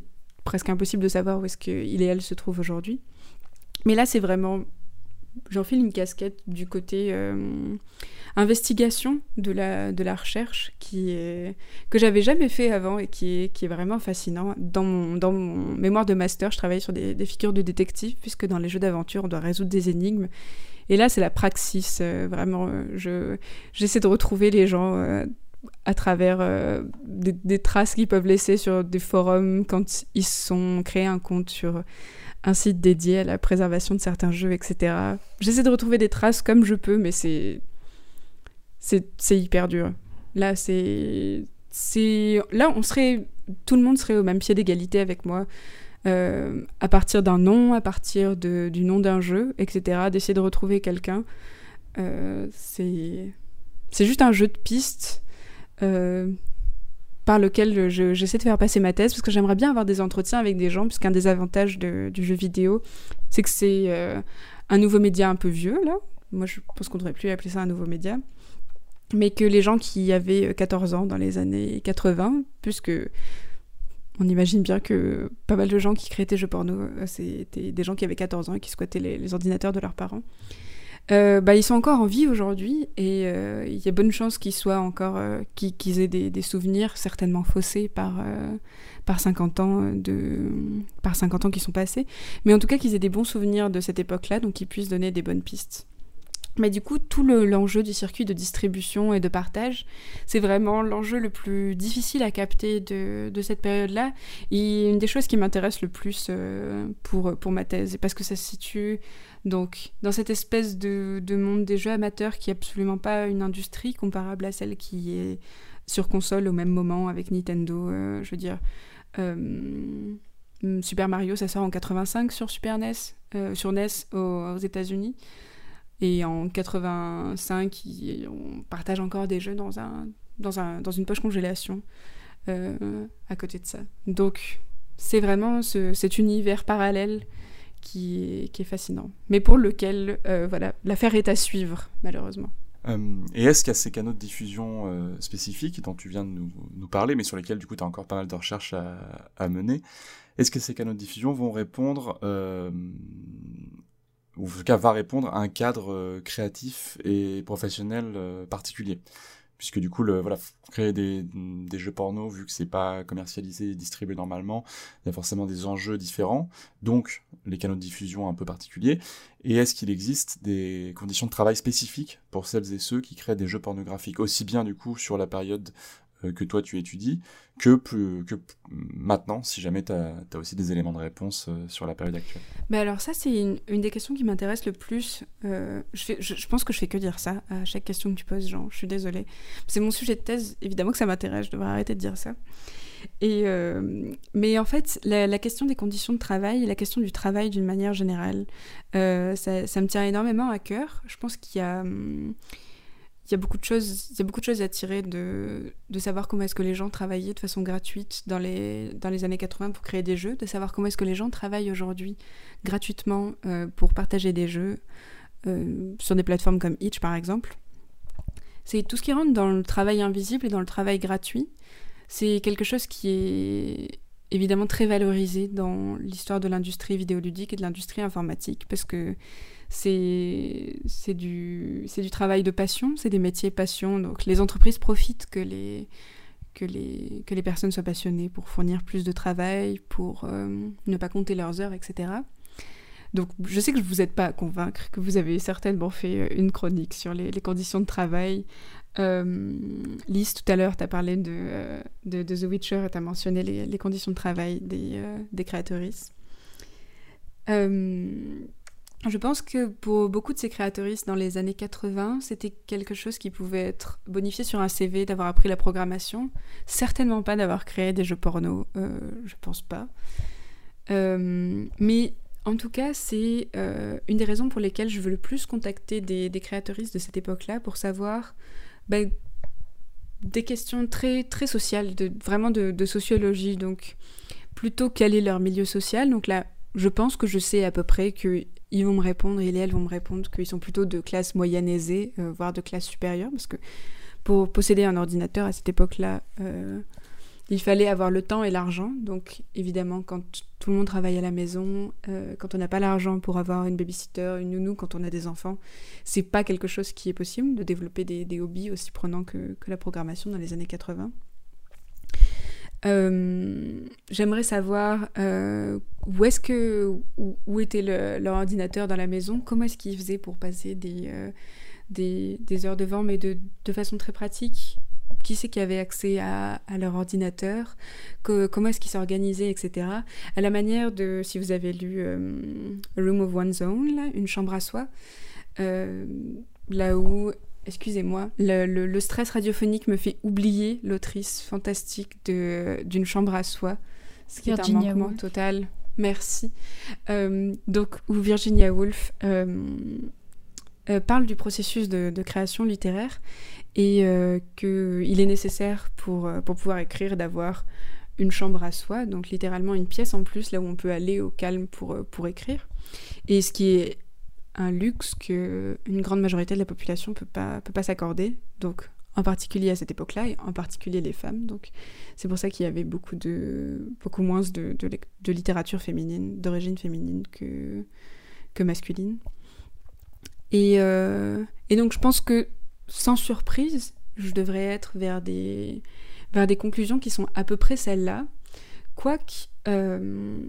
presque impossible de savoir où est-ce qu'il et elle se trouvent aujourd'hui. Mais là, c'est vraiment... J'enfile une casquette du côté euh, investigation de la, de la recherche qui est, que j'avais jamais fait avant et qui est, qui est vraiment fascinant. Dans mon, dans mon mémoire de master, je travaillais sur des, des figures de détective, puisque dans les jeux d'aventure, on doit résoudre des énigmes. Et là, c'est la praxis. Euh, vraiment, euh, je, j'essaie de retrouver les gens euh, à travers euh, des, des traces qu'ils peuvent laisser sur des forums quand ils se sont créés un compte sur... un site dédié à la préservation de certains jeux, et cetera. J'essaie de retrouver des traces comme je peux, mais c'est c'est, c'est hyper dur. Là, c'est... c'est... Là, on serait... tout le monde serait au même pied d'égalité avec moi, euh, à partir d'un nom, à partir de, du nom d'un jeu, et cetera. D'essayer de retrouver quelqu'un. Euh, c'est... c'est juste un jeu de pistes... Euh... par lequel je, j'essaie de faire passer ma thèse, parce que j'aimerais bien avoir des entretiens avec des gens, puisqu'un des avantages de, du jeu vidéo, c'est que c'est euh, un nouveau média un peu vieux, là. Moi, je pense qu'on ne devrait plus appeler ça un nouveau média. Mais que les gens qui avaient quatorze ans dans les années quatre-vingts, puisque on imagine bien que pas mal de gens qui créaient des jeux porno, c'était des gens qui avaient quatorze ans et qui squattaient les, les ordinateurs de leurs parents. Euh, bah, ils sont encore en vie aujourd'hui et il euh, y a bonne chance qu'ils soient encore, euh, qu'ils, qu'ils aient des, des souvenirs certainement faussés par, euh, par, cinquante ans de, par cinquante ans qui sont passés, mais en tout cas qu'ils aient des bons souvenirs de cette époque-là, donc qu'ils puissent donner des bonnes pistes. Mais du coup, tout le, l'enjeu du circuit de distribution et de partage, c'est vraiment l'enjeu le plus difficile à capter de, de cette période-là. Et une des choses qui m'intéresse le plus euh, pour, pour ma thèse, parce que ça se situe donc, dans cette espèce de, de monde des jeux amateurs qui n'est absolument pas une industrie comparable à celle qui est sur console au même moment avec Nintendo. Euh, je veux dire, euh, Super Mario, ça sort en quatre-vingt-cinq sur Super N E S, euh, sur N E S aux, aux États-Unis. Et en quatre-vingt-cinq, on partage encore des jeux dans, un, dans, un, dans une poche congélation euh, à côté de ça. Donc, c'est vraiment ce, cet univers parallèle qui est, qui est fascinant. Mais pour lequel, euh, voilà, l'affaire est à suivre, malheureusement. Euh, et est-ce qu'il y a ces canaux de diffusion euh, spécifiques dont tu viens de nous, nous parler, mais sur lesquels, du coup, tu as encore pas mal de recherches à, à mener? Est-ce que ces canaux de diffusion vont répondre... Euh, ou en tout cas va répondre à un cadre euh, créatif et professionnel euh, particulier, puisque du coup le, voilà, créer des, des jeux porno, vu que c'est pas commercialisé et distribué normalement, il y a forcément des enjeux différents, donc les canaux de diffusion un peu particuliers. Et est-ce qu'il existe des conditions de travail spécifiques pour celles et ceux qui créent des jeux pornographiques, aussi bien du coup sur la période euh, que toi tu étudies, que, plus, que maintenant, si jamais tu as aussi des éléments de réponse euh, sur la période actuelle? Mais alors ça, c'est une, une des questions qui m'intéresse le plus. Euh, je, fais, je, je pense que je fais que dire ça à chaque question que tu poses, Jean. Je suis désolée. C'est mon sujet de thèse, évidemment que ça m'intéresse, je devrais arrêter de dire ça. Et, euh, mais en fait, la, la question des conditions de travail, la question du travail d'une manière générale, euh, ça, ça me tient énormément à cœur. Je pense qu'il y a... Hum, Il y, a beaucoup de choses, il y a beaucoup de choses à tirer de, de savoir comment est-ce que les gens travaillaient de façon gratuite dans les, dans les années quatre-vingts pour créer des jeux, de savoir comment est-ce que les gens travaillent aujourd'hui gratuitement euh, pour partager des jeux euh, sur des plateformes comme Itch par exemple. C'est tout ce qui rentre dans le travail invisible et dans le travail gratuit. C'est quelque chose qui est évidemment très valorisé dans l'histoire de l'industrie vidéoludique et de l'industrie informatique, parce que c'est, c'est, du, c'est du travail de passion, c'est des métiers passion, donc les entreprises profitent que les, que les, que les personnes soient passionnées pour fournir plus de travail, pour euh, ne pas compter leurs heures, et cetera. Donc je sais que vous n'êtes pas à convaincre, que vous avez certainement fait une chronique sur les, les conditions de travail. Euh, Lise, tout à l'heure, tu as parlé de, euh, de, de The Witcher et tu as mentionné les, les conditions de travail des, euh, des créatrices. Euh, je pense que pour beaucoup de ces créatrices dans les années quatre-vingts, c'était quelque chose qui pouvait être bonifié sur un C V d'avoir appris la programmation. Certainement pas d'avoir créé des jeux porno, euh, je pense pas. Euh, mais en tout cas, c'est euh, une des raisons pour lesquelles je veux le plus contacter des, des créatrices de cette époque-là pour savoir ben, des questions très, très sociales, de, vraiment de, de sociologie. Donc, plutôt quel est leur milieu social. Donc là, je pense que je sais à peu près qu'ils vont me répondre, et elles vont me répondre qu'ils sont plutôt de classe moyenne aisée, euh, voire de classe supérieure, parce que pour posséder un ordinateur à cette époque-là, euh, il fallait avoir le temps et l'argent. Donc évidemment, quand tout le monde travaille à la maison, euh, quand on n'a pas l'argent pour avoir une babysitter, une nounou, quand on a des enfants, c'est pas quelque chose qui est possible de développer des, des hobbies aussi prenants que, que la programmation dans les années quatre-vingts. Euh, j'aimerais savoir euh, où est-ce que où, où était le, leur ordinateur dans la maison, comment est-ce qu'ils faisaient pour passer des, euh, des, des heures devant, mais de, de façon très pratique. Qui c'est qui avait accès à, à leur ordinateur, que, comment est-ce qu'ils s'organisaient, et cetera. À la manière de, si vous avez lu euh, Room of One's Own, là, une chambre à soi, euh, là où, excusez-moi, le, le, le stress radiophonique me fait oublier l'autrice fantastique de, d'une chambre à soi, ce qui Virginia est un manquement Woolf. Total. Merci. Euh, donc, où Virginia Woolf euh, euh, parle du processus de, de création littéraire et euh, qu'il est nécessaire pour, pour pouvoir écrire d'avoir une chambre à soi, donc littéralement une pièce en plus, là où on peut aller au calme pour, pour écrire. Et ce qui est un luxe qu'une grande majorité de la population ne peut pas, peut pas s'accorder, donc en particulier à cette époque-là, et en particulier les femmes. Donc c'est pour ça qu'il y avait beaucoup, de, beaucoup moins de, de, de littérature féminine, d'origine féminine que, que masculine. Et, euh, et donc je pense que sans surprise, je devrais être vers des, vers des conclusions qui sont à peu près celles-là. Quoique, euh,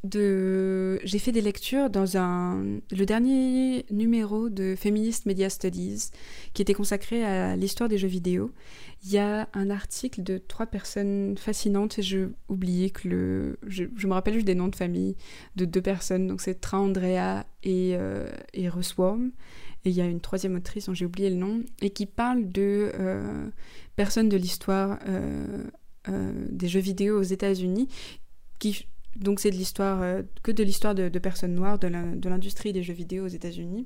de... j'ai fait des lectures dans un... le dernier numéro de Feminist Media Studies, qui était consacré à l'histoire des jeux vidéo. Il y a un article de trois personnes fascinantes, et j'ai oublié que le... Je, je me rappelle juste des noms de famille de deux personnes, donc c'est Tra Andrea et, euh, et Russ Worm. Et il y a une troisième autrice dont j'ai oublié le nom, et qui parle de euh, personnes de l'histoire euh, euh, des jeux vidéo aux États-Unis. Qui, donc c'est de l'histoire, euh, que de l'histoire de, de personnes noires, de, la, de l'industrie des jeux vidéo aux États-Unis.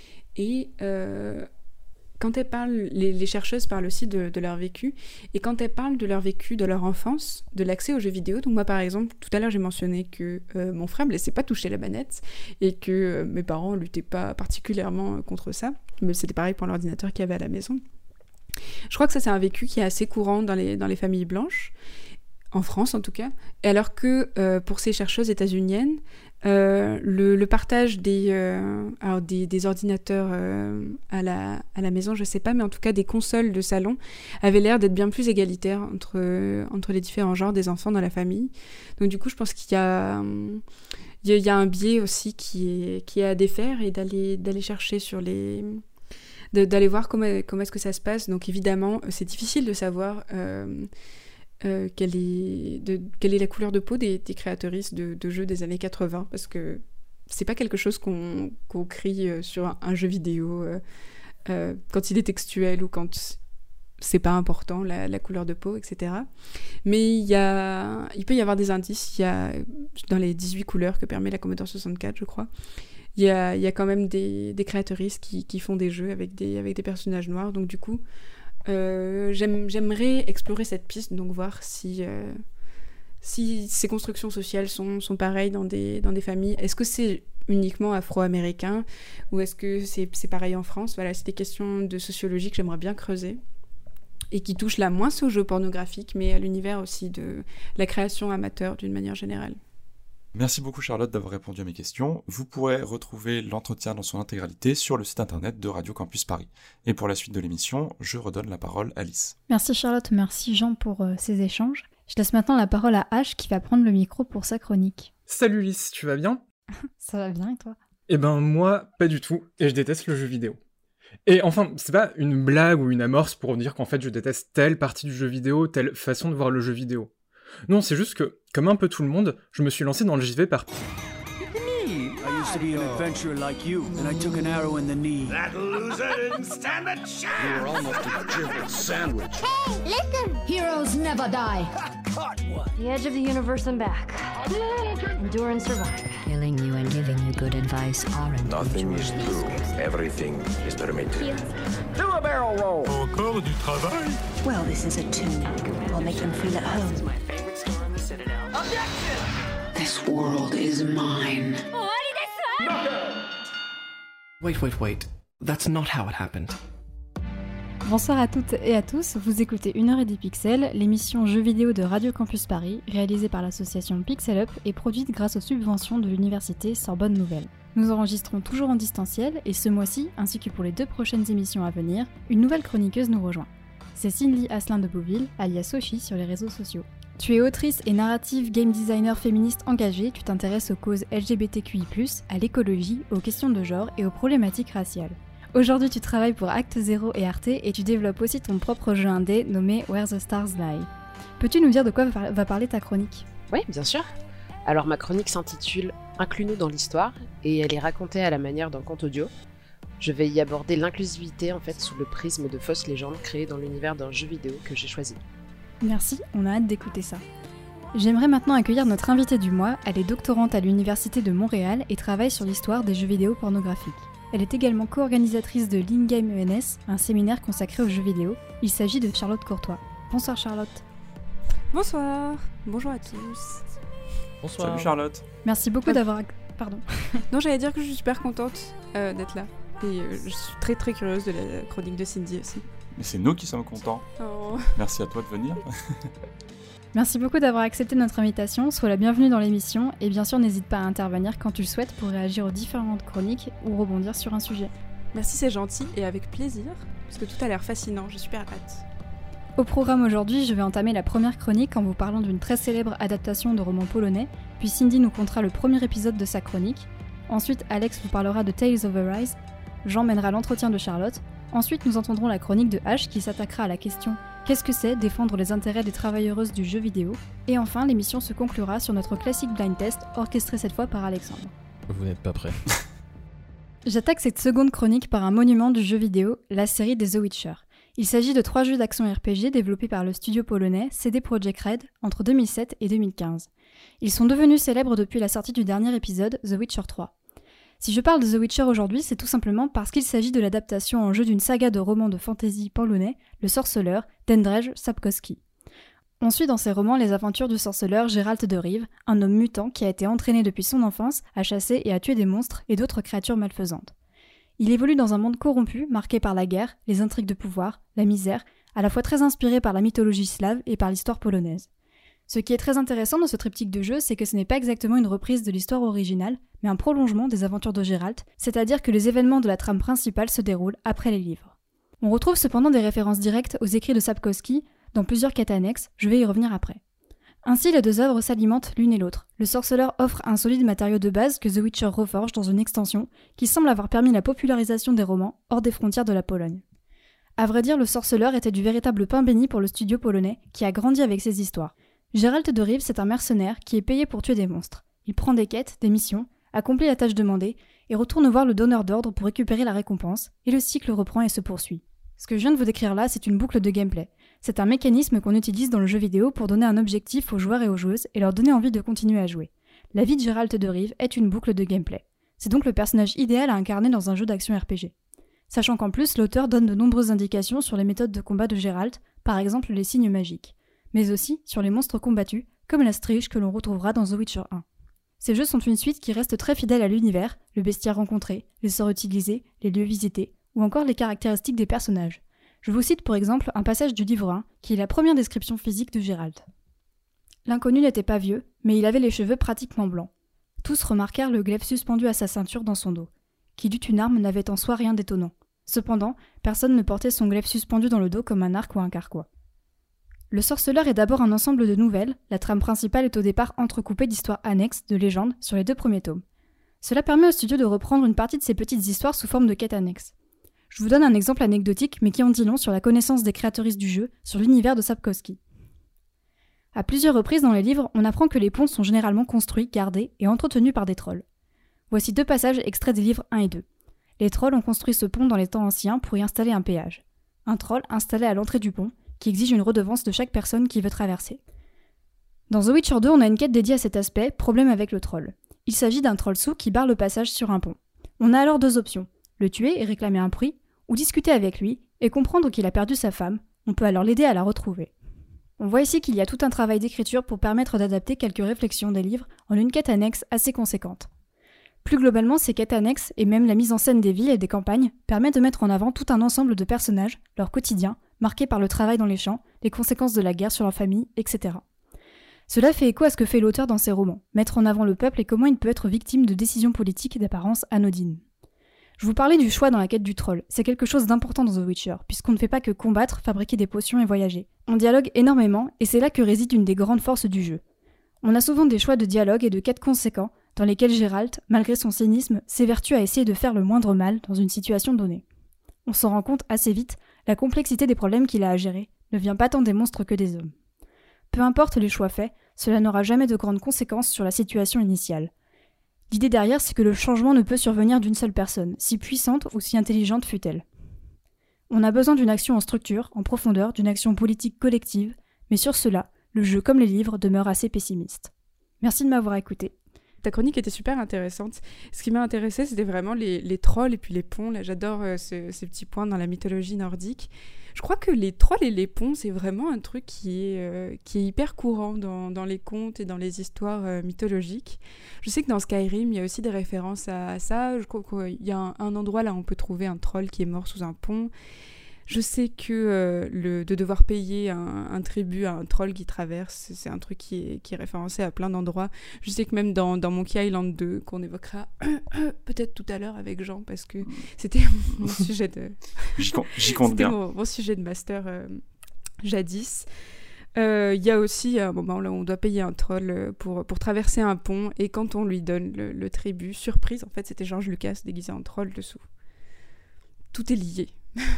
Et euh, quand elles parlent, les, les chercheuses parlent aussi de, de leur vécu, et quand elles parlent de leur vécu, de leur enfance, de l'accès aux jeux vidéo, donc moi par exemple, tout à l'heure j'ai mentionné que euh, mon frère me laissait pas toucher la manette, et que euh, mes parents luttaient pas particulièrement contre ça, mais c'était pareil pour l'ordinateur qu'il y avait à la maison. Je crois que ça c'est un vécu qui est assez courant dans les, dans les familles blanches, en France en tout cas, et alors que euh, pour ces chercheuses états-uniennes, Euh, le, le partage des, euh, alors des, des ordinateurs euh, à, la, à la maison, je sais pas, mais en tout cas des consoles de salon avait l'air d'être bien plus égalitaire entre, euh, entre les différents genres des enfants dans la famille. Donc du coup, je pense qu'il y a, il y a, il y a un biais aussi qui est, qui est à défaire, et d'aller, d'aller chercher sur les... De, d'aller voir comment, comment est-ce que ça se passe. Donc évidemment, c'est difficile de savoir... Euh, Euh, quelle, est de, quelle est la couleur de peau des, des créatrices de, de jeux des années quatre-vingts, parce que c'est pas quelque chose qu'on, qu'on crie sur un, un jeu vidéo euh, euh, quand il est textuel ou quand c'est pas important, la, la couleur de peau, et cetera. Mais il, y a, il peut y avoir des indices. Il y a, dans les dix-huit couleurs que permet la Commodore soixante-quatre, je crois, il y a, il y a quand même des, des créatrices qui, qui font des jeux avec des, avec des personnages noirs, donc du coup Euh, j'aime, j'aimerais explorer cette piste, donc voir si, euh, si ces constructions sociales sont, sont pareilles dans des, dans des familles. Est-ce que c'est uniquement afro-américain, ou est-ce que c'est, c'est pareil en France? Voilà, c'est des questions de sociologie que j'aimerais bien creuser, et qui touchent là moins au jeu pornographique, mais à l'univers aussi de la création amateur d'une manière générale. Merci beaucoup Charlotte d'avoir répondu à mes questions. Vous pourrez retrouver l'entretien dans son intégralité sur le site internet de Radio Campus Paris. Et pour la suite de l'émission, je redonne la parole à Alice. Merci Charlotte, merci Jean pour euh, ces échanges. Je laisse maintenant la parole à H qui va prendre le micro pour sa chronique. Salut Lys, tu vas bien? Ça va bien et toi? Eh ben moi, pas du tout, et je déteste le jeu vidéo. Et enfin, c'est pas une blague ou une amorce pour dire qu'en fait je déteste telle partie du jeu vidéo, telle façon de voir le jeu vidéo. Non, c'est juste que, comme un peu tout le monde, je me suis lancé dans le J V par... I used to be an adventurer like you, and I took an arrow in the knee. That loser didn't stand a chance! You were almost a Jibble sandwich. Hey, listen! Heroes never die. Caught one. The edge of the universe and back. Endure and survive. Killing you and giving you good advice aren't Nothing is mutual. true. Everything is permitted. Do a barrel roll. Encore du travail? Well, this is a tunic. We'll make them feel at home. My favorite store on the Citadel. Objection! This world is mine. Wait, wait, wait. That's not how it happened. Bonsoir à toutes et à tous, vous écoutez une heure et dix pixels, l'émission jeux vidéo de Radio Campus Paris, réalisée par l'association Pixel Up et produite grâce aux subventions de l'université Sorbonne Nouvelle. Nous enregistrons toujours en distanciel et ce mois-ci, ainsi que pour les deux prochaines émissions à venir, une nouvelle chroniqueuse nous rejoint. C'est Cindy Asselin de Beauville, alias Sochi sur les réseaux sociaux. Tu es autrice et narrative game designer féministe engagée, tu t'intéresses aux causes L G B T Q I plus, à l'écologie, aux questions de genre et aux problématiques raciales. Aujourd'hui, tu travailles pour Acte Zéro et Arte et tu développes aussi ton propre jeu indé nommé Where the Stars Lie. Peux-tu nous dire de quoi va parler ta chronique ? Oui, bien sûr. Alors ma chronique s'intitule « Inclus-nous dans l'histoire » et elle est racontée à la manière d'un conte audio. Je vais y aborder l'inclusivité en fait sous le prisme de fausses légendes créées dans l'univers d'un jeu vidéo que j'ai choisi. Merci, on a hâte d'écouter ça. J'aimerais maintenant accueillir notre invitée du mois. Elle est doctorante à l'Université de Montréal et travaille sur l'histoire des jeux vidéo pornographiques. Elle est également co-organisatrice de l'Ingame E N S, un séminaire consacré aux jeux vidéo. Il s'agit de Charlotte Courtois. Bonsoir Charlotte. Bonsoir, bonjour à tous. Bonsoir. Salut Charlotte. Merci beaucoup ah. d'avoir... Pardon. Non, j'allais dire que je suis super contente euh, d'être là. Et euh, je suis très très curieuse de la chronique de Cindy aussi. Mais c'est nous qui sommes contents. Oh. Merci à toi de venir. Merci beaucoup d'avoir accepté notre invitation, sois la bienvenue dans l'émission et bien sûr n'hésite pas à intervenir quand tu le souhaites pour réagir aux différentes chroniques ou rebondir sur un sujet. Merci, c'est gentil et avec plaisir, parce que tout a l'air fascinant, j'ai super hâte. Au programme aujourd'hui, je vais entamer la première chronique en vous parlant d'une très célèbre adaptation de roman polonais, puis Cindy nous contera le premier épisode de sa chronique. Ensuite, Alex vous parlera de Tales of Arise, Jean mènera l'entretien de Charlotte. Ensuite, nous entendrons la chronique de H qui s'attaquera à la question « Qu'est-ce que c'est défendre les intérêts des travailleuses du jeu vidéo ?» Et enfin, l'émission se conclura sur notre classique blind test, orchestré cette fois par Alexandre. Vous n'êtes pas prêts. J'attaque cette seconde chronique par un monument du jeu vidéo, la série des The Witcher. Il s'agit de trois jeux d'action R P G développés par le studio polonais C D Projekt Red entre deux mille sept et deux mille quinze. Ils sont devenus célèbres depuis la sortie du dernier épisode, The Witcher trois. Si je parle de The Witcher aujourd'hui, c'est tout simplement parce qu'il s'agit de l'adaptation en jeu d'une saga de romans de fantasy polonais, Le Sorceleur, d'Andrzej Sapkowski. On suit dans ces romans les aventures du sorceleur Geralt de Rive, un homme mutant qui a été entraîné depuis son enfance à chasser et à tuer des monstres et d'autres créatures malfaisantes. Il évolue dans un monde corrompu, marqué par la guerre, les intrigues de pouvoir, la misère, à la fois très inspiré par la mythologie slave et par l'histoire polonaise. Ce qui est très intéressant dans ce triptyque de jeu, c'est que ce n'est pas exactement une reprise de l'histoire originale, mais un prolongement des aventures de Geralt, c'est-à-dire que les événements de la trame principale se déroulent après les livres. On retrouve cependant des références directes aux écrits de Sapkowski dans plusieurs quêtes annexes, je vais y revenir après. Ainsi, les deux œuvres s'alimentent l'une et l'autre. Le Sorceleur offre un solide matériau de base que The Witcher reforge dans une extension qui semble avoir permis la popularisation des romans hors des frontières de la Pologne. À vrai dire, Le Sorceleur était du véritable pain béni pour le studio polonais qui a grandi avec ses histoires. Geralt de Rive, c'est un mercenaire qui est payé pour tuer des monstres. Il prend des quêtes, des missions, accomplit la tâche demandée et retourne voir le donneur d'ordre pour récupérer la récompense, et le cycle reprend et se poursuit. Ce que je viens de vous décrire là, c'est une boucle de gameplay. C'est un mécanisme qu'on utilise dans le jeu vidéo pour donner un objectif aux joueurs et aux joueuses et leur donner envie de continuer à jouer. La vie de Geralt de Rive est une boucle de gameplay. C'est donc le personnage idéal à incarner dans un jeu d'action R P G. Sachant qu'en plus, l'auteur donne de nombreuses indications sur les méthodes de combat de Geralt, par exemple les signes magiques, mais aussi sur les monstres combattus, comme la Striche que l'on retrouvera dans The Witcher un. Ces jeux sont une suite qui reste très fidèle à l'univers, le bestiaire rencontré, les sorts utilisés, les lieux visités, ou encore les caractéristiques des personnages. Je vous cite pour exemple un passage du livre un, qui est la première description physique de Geralt. L'inconnu n'était pas vieux, mais il avait les cheveux pratiquement blancs. Tous remarquèrent le glaive suspendu à sa ceinture dans son dos. Qui dût une arme n'avait en soi rien d'étonnant. Cependant, personne ne portait son glaive suspendu dans le dos comme un arc ou un carquois. Le Sorceleur est d'abord un ensemble de nouvelles, la trame principale est au départ entrecoupée d'histoires annexes, de légendes, sur les deux premiers tomes. Cela permet au studio de reprendre une partie de ces petites histoires sous forme de quêtes annexes. Je vous donne un exemple anecdotique mais qui en dit long sur la connaissance des créatrices du jeu, sur l'univers de Sapkowski. À plusieurs reprises dans les livres, on apprend que les ponts sont généralement construits, gardés et entretenus par des trolls. Voici deux passages extraits des livres un et deux. Les trolls ont construit ce pont dans les temps anciens pour y installer un péage. Un troll installé à l'entrée du pont, qui exige une redevance de chaque personne qui veut traverser. Dans The Witcher deux, on a une quête dédiée à cet aspect, problème avec le troll. Il s'agit d'un troll sous qui barre le passage sur un pont. On a alors deux options, le tuer et réclamer un prix, ou discuter avec lui et comprendre qu'il a perdu sa femme, on peut alors l'aider à la retrouver. On voit ici qu'il y a tout un travail d'écriture pour permettre d'adapter quelques réflexions des livres en une quête annexe assez conséquente. Plus globalement, ces quêtes annexes, et même la mise en scène des villes et des campagnes, permettent de mettre en avant tout un ensemble de personnages, leur quotidien, marqué par le travail dans les champs, les conséquences de la guerre sur leur famille, et cetera. Cela fait écho à ce que fait l'auteur dans ses romans, mettre en avant le peuple et comment il peut être victime de décisions politiques d'apparence anodine. Je vous parlais du choix dans la quête du troll, c'est quelque chose d'important dans The Witcher, puisqu'on ne fait pas que combattre, fabriquer des potions et voyager. On dialogue énormément, et c'est là que réside une des grandes forces du jeu. On a souvent des choix de dialogue et de quêtes conséquents, dans lesquels Geralt, malgré son cynisme, s'évertue à essayer de faire le moindre mal dans une situation donnée. On s'en rend compte assez vite, la complexité des problèmes qu'il a à gérer ne vient pas tant des monstres que des hommes. Peu importe les choix faits, cela n'aura jamais de grandes conséquences sur la situation initiale. L'idée derrière, c'est que le changement ne peut survenir d'une seule personne, si puissante ou si intelligente fût-elle. On a besoin d'une action en structure, en profondeur, d'une action politique collective, mais sur cela, le jeu comme les livres demeure assez pessimiste. Merci de m'avoir écouté. Ta chronique était super intéressante. Ce qui m'a intéressé, c'était vraiment les, les trolls et puis les ponts. Là, j'adore euh, ce, ces petits points dans la mythologie nordique. Je crois que les trolls et les ponts, c'est vraiment un truc qui est, euh, qui est hyper courant dans, dans les contes et dans les histoires euh, mythologiques. Je sais que dans Skyrim, il y a aussi des références à, à ça. Je crois qu'il y a un, un endroit là où on peut trouver un troll qui est mort sous un pont. Je sais que euh, le, de devoir payer un, un tribut à un troll qui traverse, c'est un truc qui est, qui est référencé à plein d'endroits. Je sais que même dans, dans Monkey Island deux, qu'on évoquera peut-être tout à l'heure avec Jean, parce que c'était mon sujet de... J'y compte, j'y compte c'était bien. Mon, mon sujet de master euh, jadis. Il euh, y a aussi un moment là où on doit payer un troll pour, pour traverser un pont, et quand on lui donne le, le tribut, surprise, en fait, c'était George Lucas déguisé en troll dessous. Tout est lié.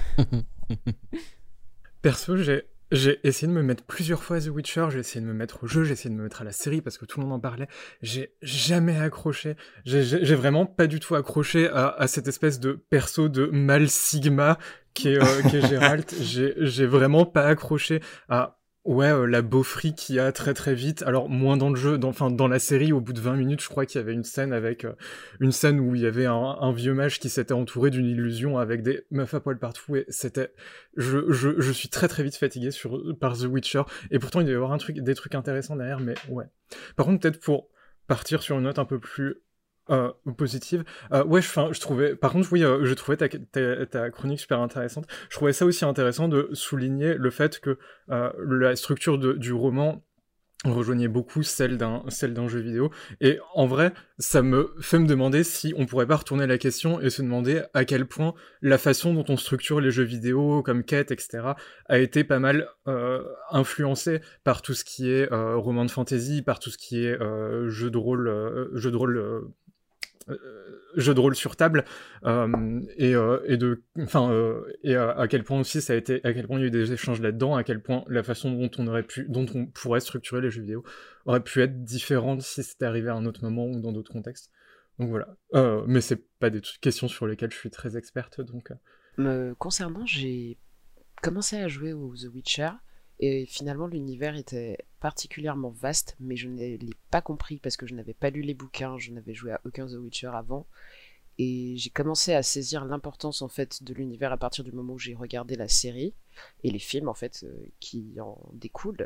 Perso, j'ai, j'ai essayé de me mettre plusieurs fois à The Witcher, j'ai essayé de me mettre au jeu, j'ai essayé de me mettre à la série parce que tout le monde en parlait. J'ai jamais accroché. J'ai, j'ai, j'ai vraiment pas du tout accroché à, à cette espèce de perso de Mal Sigma qui est, euh, qui est Geralt. J'ai, j'ai vraiment pas accroché à... Ouais, euh, la beaufrie qui a très très vite. Alors, moins dans le jeu, dans, enfin, dans la série, au bout de vingt minutes, je crois qu'il y avait une scène avec, euh, une scène où il y avait un, un vieux mage qui s'était entouré d'une illusion avec des meufs à poil partout, et c'était, je, je, je suis très très vite fatigué sur, par The Witcher, et pourtant il doit y avoir un truc, des trucs intéressants derrière, mais ouais. Par contre, peut-être pour partir sur une note un peu plus Euh, positive. Euh, ouais, je, je trouvais. Par contre, oui, euh, je trouvais ta, ta, ta chronique super intéressante. Je trouvais ça aussi intéressant de souligner le fait que euh, la structure de, du roman rejoignait beaucoup celle d'un, celle d'un jeu vidéo. Et en vrai, ça me fait me demander si on pourrait pas retourner la question et se demander à quel point la façon dont on structure les jeux vidéo, comme quête, et cetera, a été pas mal euh, influencée par tout ce qui est euh, roman de fantasy, par tout ce qui est euh, jeu de rôle, euh, jeu de rôle. Euh, Euh, jeu de rôle sur table euh, et, euh, et de enfin euh, et à, à quel point aussi ça a été à quel point il y a eu des échanges là-dedans, à quel point la façon dont on aurait pu dont on pourrait structurer les jeux vidéo aurait pu être différente si c'était arrivé à un autre moment ou dans d'autres contextes. Donc voilà, euh, mais c'est pas des questions sur lesquelles je suis très experte, donc euh... Me concernant, j'ai commencé à jouer au The Witcher et finalement l'univers était particulièrement vaste, mais je ne l'ai pas compris parce que je n'avais pas lu les bouquins, je n'avais joué à aucun The Witcher avant, et j'ai commencé à saisir l'importance en fait de l'univers à partir du moment où j'ai regardé la série et les films en fait euh, qui en découlent.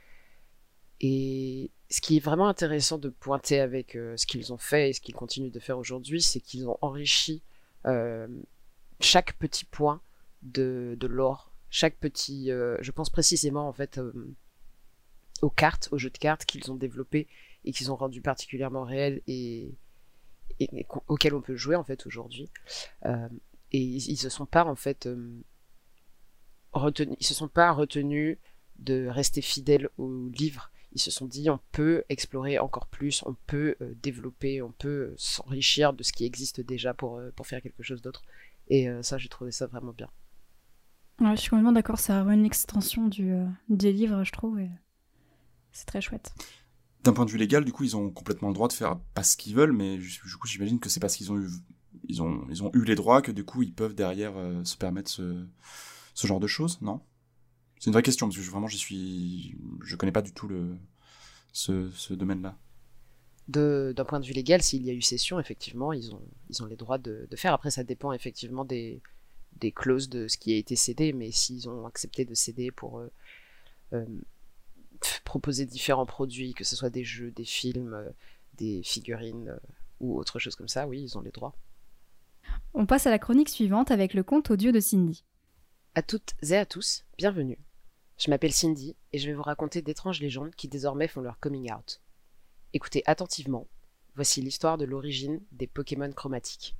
Et ce qui est vraiment intéressant de pointer avec euh, ce qu'ils ont fait et ce qu'ils continuent de faire aujourd'hui, c'est qu'ils ont enrichi euh, chaque petit point de, de lore. Chaque petit, euh, je pense précisément en fait euh, aux cartes, aux jeux de cartes qu'ils ont développés et qu'ils ont rendus particulièrement réels et, et, et auxquels on peut jouer en fait aujourd'hui. Euh, et ils, ils se sont pas en fait euh, retenus, ils se sont pas retenus de rester fidèles au livre. Ils se sont dit on peut explorer encore plus, on peut euh, développer, on peut s'enrichir de ce qui existe déjà pour euh, pour faire quelque chose d'autre. Et euh, ça, j'ai trouvé ça vraiment bien. Ouais, je suis complètement d'accord, c'est une extension du, euh, des livres, je trouve, et c'est très chouette. D'un point de vue légal, du coup, ils ont complètement le droit de faire pas ce qu'ils veulent, mais du coup, j'imagine que c'est parce qu'ils ont eu, ils ont, ils ont eu les droits que du coup, ils peuvent derrière euh, se permettre ce, ce genre de choses, non ? C'est une vraie question, parce que je, vraiment, j'y suis, je connais pas du tout le, ce, ce domaine-là. De, d'un point de vue légal, s'il y a eu cession, effectivement, ils ont, ils ont les droits de, de faire. Après, ça dépend effectivement des des clauses de ce qui a été cédé, mais s'ils ont accepté de céder pour euh, euh, proposer différents produits, que ce soit des jeux, des films, euh, des figurines, euh, ou autre chose comme ça, oui, ils ont les droits. On passe à la chronique suivante avec le conte audio de Cindy. À toutes et à tous, bienvenue. Je m'appelle Cindy et je vais vous raconter d'étranges légendes qui désormais font leur coming out. Écoutez attentivement, voici l'histoire de l'origine des Pokémon chromatiques.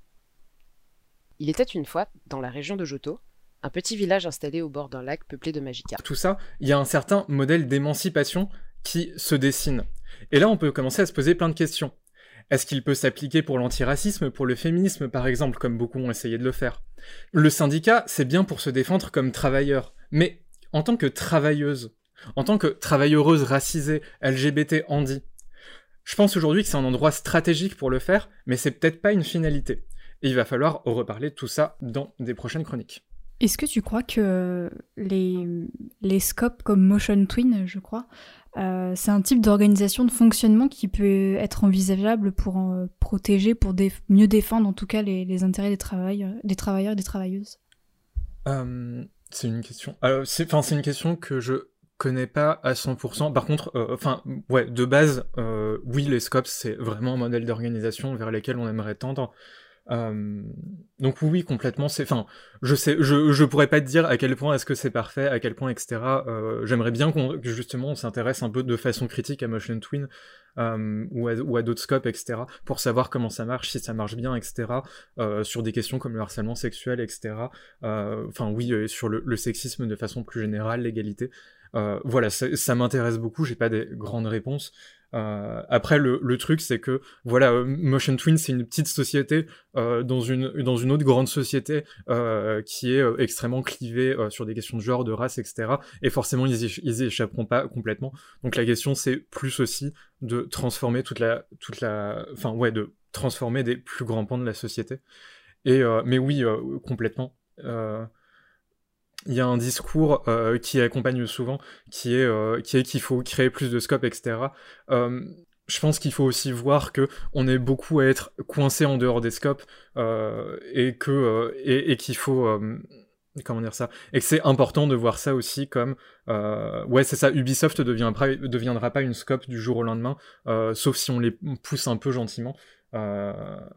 Il était une fois, dans la région de Johto, un petit village installé au bord d'un lac peuplé de Magikarp. Tout ça, il y a un certain modèle d'émancipation qui se dessine. Et là, on peut commencer à se poser plein de questions. Est-ce qu'il peut s'appliquer pour l'antiracisme, pour le féminisme par exemple, comme beaucoup ont essayé de le faire? Le syndicat, c'est bien pour se défendre comme travailleur, mais en tant que travailleuse, en tant que travailleuse racisée, L G B T, handi, je pense aujourd'hui que c'est un endroit stratégique pour le faire, mais c'est peut-être pas une finalité. Et il va falloir reparler de tout ça dans des prochaines chroniques. Est-ce que tu crois que les, les scopes comme Motion Twin, je crois, euh, c'est un type d'organisation de fonctionnement qui peut être envisageable pour euh, protéger, pour déf- mieux défendre en tout cas les, les intérêts des travailleurs, des travailleurs et des travailleuses? euh, C'est une question. Alors, c'est, enfin, c'est une question que je connais pas à cent pour cent. Par contre, euh, enfin, ouais, de base, euh, oui, les scopes, c'est vraiment un modèle d'organisation vers lequel on aimerait tendre. Euh, donc oui, complètement. C'est, enfin, je sais, je je pourrais pas te dire à quel point est-ce que c'est parfait, à quel point, et cetera. Euh, j'aimerais bien qu'on, que justement on s'intéresse un peu de façon critique à Motion Twin euh, ou à, ou à d'autres scopes, et cetera. Pour savoir comment ça marche, si ça marche bien, et cetera. Euh, sur des questions comme le harcèlement sexuel, et cetera. Euh, enfin oui, euh, sur le, le sexisme de façon plus générale, l'égalité. Euh, voilà, ça, ça m'intéresse beaucoup. J'ai pas des grandes réponses. Euh, après le, le truc c'est que voilà, euh, Motion Twin c'est une petite société euh, dans une dans une autre grande société euh, qui est euh, extrêmement clivée euh, sur des questions de genre, de race, et cetera. Et forcément ils y, ils y échapperont pas complètement. Donc la question c'est plus aussi de transformer toute la toute la enfin ouais de transformer des plus grands pans de la société. Et euh, mais oui euh, complètement. Euh, Il y a un discours euh, qui accompagne souvent, qui est euh, qui est qu'il faut créer plus de scopes, et cetera. Euh, je pense qu'il faut aussi voir que on est beaucoup à être coincé en dehors des scopes euh, et que euh, et, et qu'il faut euh, comment dire ça, et que c'est important de voir ça aussi comme euh, ouais c'est ça, Ubisoft deviendra deviendra pas une scope du jour au lendemain, euh, sauf si on les pousse un peu gentiment. Euh,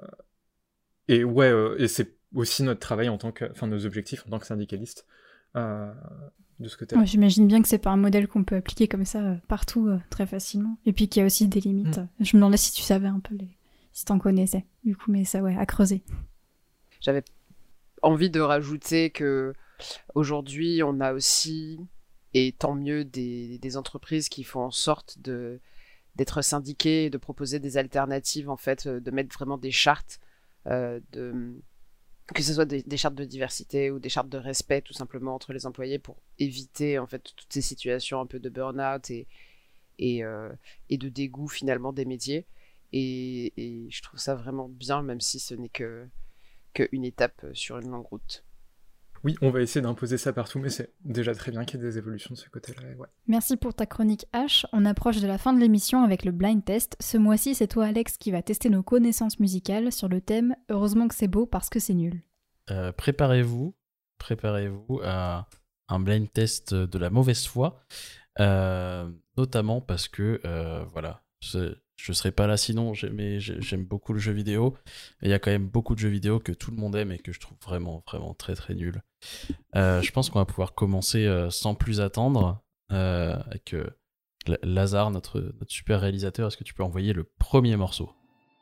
et ouais euh, et c'est aussi notre travail en tant que, enfin nos objectifs en tant que syndicalistes. Euh, de ce côté-là. Ouais, j'imagine bien que c'est pas un modèle qu'on peut appliquer comme ça euh, partout euh, très facilement. Et puis qu'il y a aussi des limites. Mm. Je me demandais si tu savais un peu, les... si t'en connaissais. Du coup, mais ça, ouais, à creuser. J'avais envie de rajouter que aujourd'hui, on a aussi, et tant mieux, des, des entreprises qui font en sorte de, d'être syndiquées, de proposer des alternatives, en fait, de mettre vraiment des chartes euh, de... que ce soit des, des chartes de diversité ou des chartes de respect tout simplement entre les employés pour éviter en fait toutes ces situations un peu de burn-out et, et, euh, et de dégoût finalement des métiers. Et, et je trouve ça vraiment bien, même si ce n'est que qu'une étape sur une longue route. Oui, on va essayer d'imposer ça partout, mais c'est déjà très bien qu'il y ait des évolutions de ce côté-là. Ouais. Merci pour ta chronique H. On approche de la fin de l'émission avec le blind test. Ce mois-ci, c'est toi, Alex, qui va tester nos connaissances musicales sur le thème « Heureusement que c'est beau parce que c'est nul ». Euh, préparez-vous, préparez-vous à un blind test de la mauvaise foi, euh, notamment parce que, euh, voilà, je ne serais pas là sinon, mais j'aime beaucoup le jeu vidéo, et il y a quand même beaucoup de jeux vidéo que tout le monde aime et que je trouve vraiment, vraiment très, très nuls. Euh, je pense qu'on va pouvoir commencer euh, sans plus attendre, euh, avec euh, Lazare, notre, notre super réalisateur. Est-ce que tu peux envoyer le premier morceau ?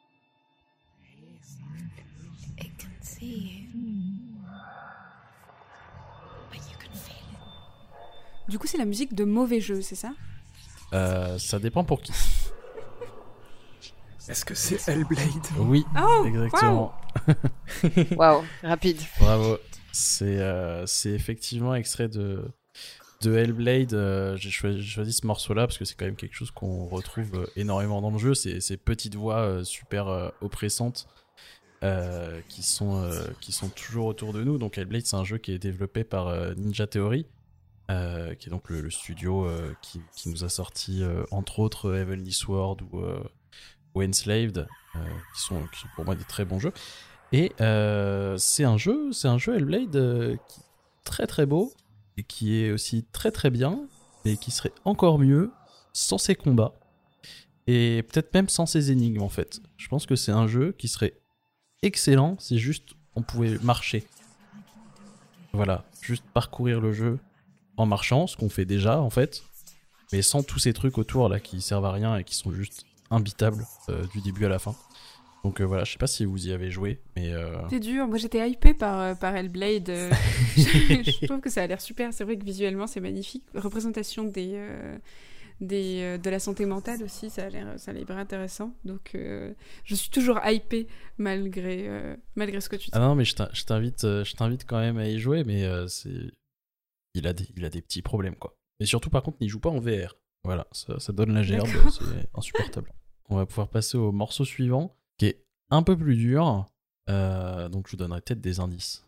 Du coup, c'est la musique de mauvais jeu, c'est ça ? euh, Ça dépend pour qui. Est-ce que c'est Hellblade ? Oui, oh, exactement. Waouh, wow, rapide. Bravo. C'est euh, c'est effectivement extrait de, de Hellblade. Euh, j'ai choisi, choisi ce morceau-là parce que c'est quand même quelque chose qu'on retrouve énormément dans le jeu. C'est ces petites voix euh, super euh, oppressantes euh, qui, sont, euh, qui sont toujours autour de nous. Donc Hellblade, c'est un jeu qui est développé par euh, Ninja Theory. Euh, qui est donc le, le studio euh, qui, qui nous a sorti euh, entre autres Heavenly Sword ou, euh, ou Enslaved, euh, qui, sont, qui sont pour moi des très bons jeux. Et euh, c'est un jeu, c'est un jeu Hellblade euh, qui est très très beau et qui est aussi très très bien, et qui serait encore mieux sans ses combats. et peut-être même sans ces énigmes en fait. Je pense que c'est un jeu qui serait excellent si juste on pouvait marcher. Voilà, juste parcourir le jeu en marchant, ce qu'on fait déjà en fait, mais sans tous ces trucs autour là qui servent à rien et qui sont juste imbitables euh, du début à la fin. Donc euh, voilà, je sais pas si vous y avez joué, mais... Euh... C'est dur, moi j'étais hypée par, euh, par Hellblade. Euh, je, je trouve que ça a l'air super, c'est vrai que visuellement c'est magnifique. Représentation des, euh, des, euh, de la santé mentale aussi, ça a l'air, ça a l'air hyper intéressant. Donc euh, je suis toujours hypée malgré, euh, malgré ce que tu dis. Ah non, mais je t'invite, je t'invite quand même à y jouer, mais euh, c'est... Il a, des, il a des petits problèmes quoi. Et surtout par contre, il joue pas en V R. Voilà, ça, ça donne la gerbe, c'est insupportable. On va pouvoir passer au morceau suivant, qui est un peu plus dur, euh, donc je vous donnerai peut-être des indices.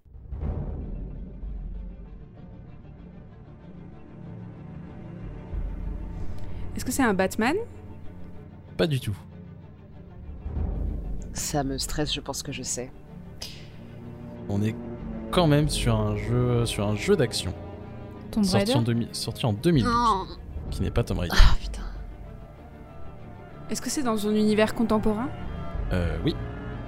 Est-ce que c'est un Batman ? Pas du tout. Ça me stresse, je pense que je sais. On est quand même sur un jeu, sur un jeu d'action. Tomb sorti Raider en, deux mille, sorti en deux mille douze, oh. Qui n'est pas Tomb Raider. Ah putain. Est-ce que c'est dans un univers contemporain ? Euh, oui.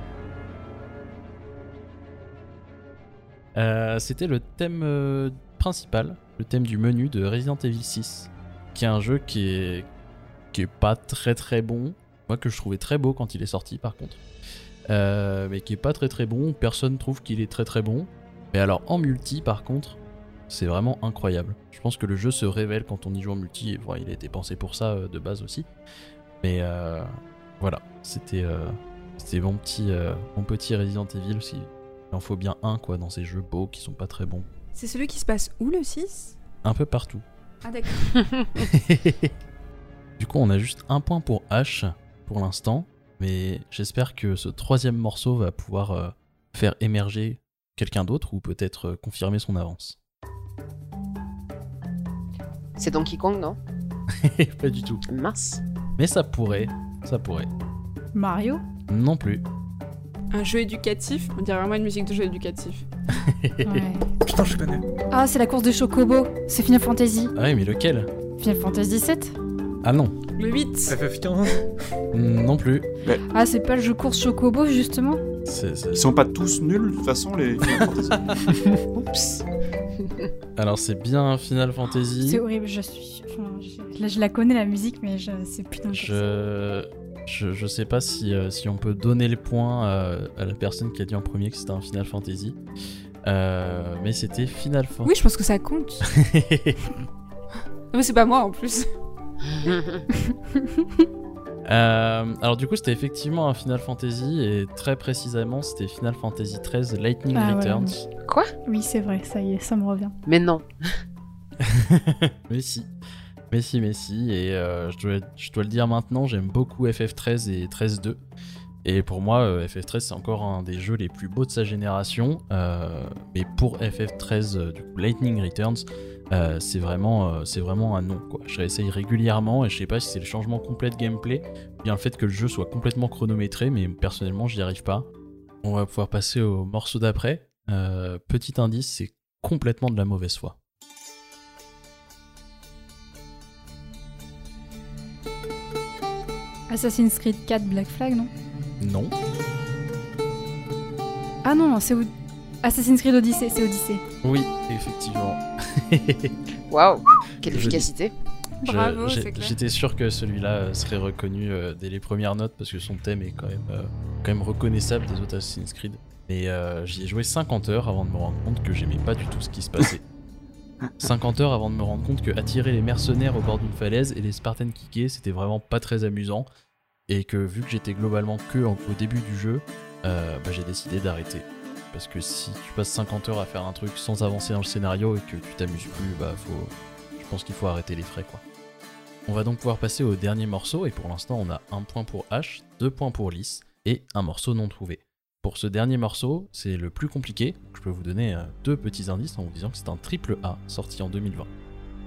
Euh, c'était le thème euh, principal, le thème du menu de Resident Evil six, qui est un jeu qui est, qui est pas très très bon, moi que je trouvais très beau quand il est sorti par contre, euh, mais qui est pas très très bon, personne trouve qu'il est très très bon, mais alors en multi par contre, c'est vraiment incroyable. Je pense que le jeu se révèle quand on y joue en multi, et, bon, il a été pensé pour ça euh, de base aussi, mais euh, voilà, c'était... Euh, C'était mon petit, euh, mon petit Resident Evil aussi. Il en faut bien un quoi dans ces jeux beaux qui sont pas très bons. C'est celui qui se passe où le six ? Un peu partout. Ah d'accord. Du coup on a juste un point pour H pour l'instant. Mais j'espère que ce troisième morceau va pouvoir euh, faire émerger quelqu'un d'autre ou peut-être euh, confirmer son avance. C'est Donkey Kong, non ? Pas du tout. Mince. Mais ça pourrait, ça pourrait. Mario ? Non plus. Un jeu éducatif ? On dirait vraiment une musique de jeu éducatif. Ouais. Putain, je connais. Ah, c'est la course des chocobos. C'est Final Fantasy. Ah oui, mais lequel ? Final Fantasy sept ? Ah non. Le huit. F F quinze ? Non plus. Mais... Ah, c'est pas le jeu course chocobo, justement ? c'est, c'est... Ils sont pas tous nuls, de toute façon, les Final Fantasy. Oups. Alors, c'est bien Final Fantasy. C'est horrible, je suis... Enfin, je... Là, je la connais, la musique, mais je... c'est putain de... Je... Je, je sais pas si, euh, si on peut donner le point euh, à la personne qui a dit en premier que c'était un Final Fantasy. Euh, mais c'était Final Fantasy. Oui, je pense que ça compte. Non, mais c'est pas moi en plus. euh, alors du coup, c'était effectivement un Final Fantasy et très précisément, c'était Final Fantasy treize Lightning ah, Returns. Ouais, Quoi ? Oui, c'est vrai, ça y est, ça me revient. Mais non. Mais si. Mais si, mais si, et euh, je, dois, je dois le dire maintenant, j'aime beaucoup F F treize et treize deux. Et pour moi, euh, F F treize, c'est encore un des jeux les plus beaux de sa génération. Euh, mais pour F F treize, euh, du coup, Lightning Returns, euh, c'est, vraiment, euh, c'est vraiment un non, quoi. Je réessaye régulièrement, et je sais pas si c'est le changement complet de gameplay, ou bien le fait que le jeu soit complètement chronométré, mais personnellement, j'y arrive pas. On va pouvoir passer au morceau d'après. Euh, petit indice, c'est complètement de la mauvaise foi. Assassin's Creed quatre Black Flag, non ? Non. Ah non, c'est o... Assassin's Creed Odyssey, c'est Odyssey. Oui, effectivement. Waouh, quelle efficacité. Je, Bravo, j'ai, c'est clair. J'étais sûr que celui-là serait reconnu euh, dès les premières notes parce que son thème est quand même, euh, quand même reconnaissable des autres Assassin's Creed. Mais euh, j'y ai joué cinquante heures avant de me rendre compte que j'aimais pas du tout ce qui se passait. cinquante heures avant de me rendre compte que attirer les mercenaires au bord d'une falaise et les Spartan kicker, c'était vraiment pas très amusant. Et que vu que j'étais globalement que en, au début du jeu, euh, bah, j'ai décidé d'arrêter. Parce que si tu passes cinquante heures à faire un truc sans avancer dans le scénario et que tu t'amuses plus, bah faut... je pense qu'il faut arrêter les frais, quoi. On va donc pouvoir passer au dernier morceau, et pour l'instant on a un point pour H, deux points pour Lys, et un morceau non trouvé. Pour ce dernier morceau, c'est le plus compliqué, je peux vous donner euh, deux petits indices en vous disant que c'est un triple A, sorti en deux mille vingt.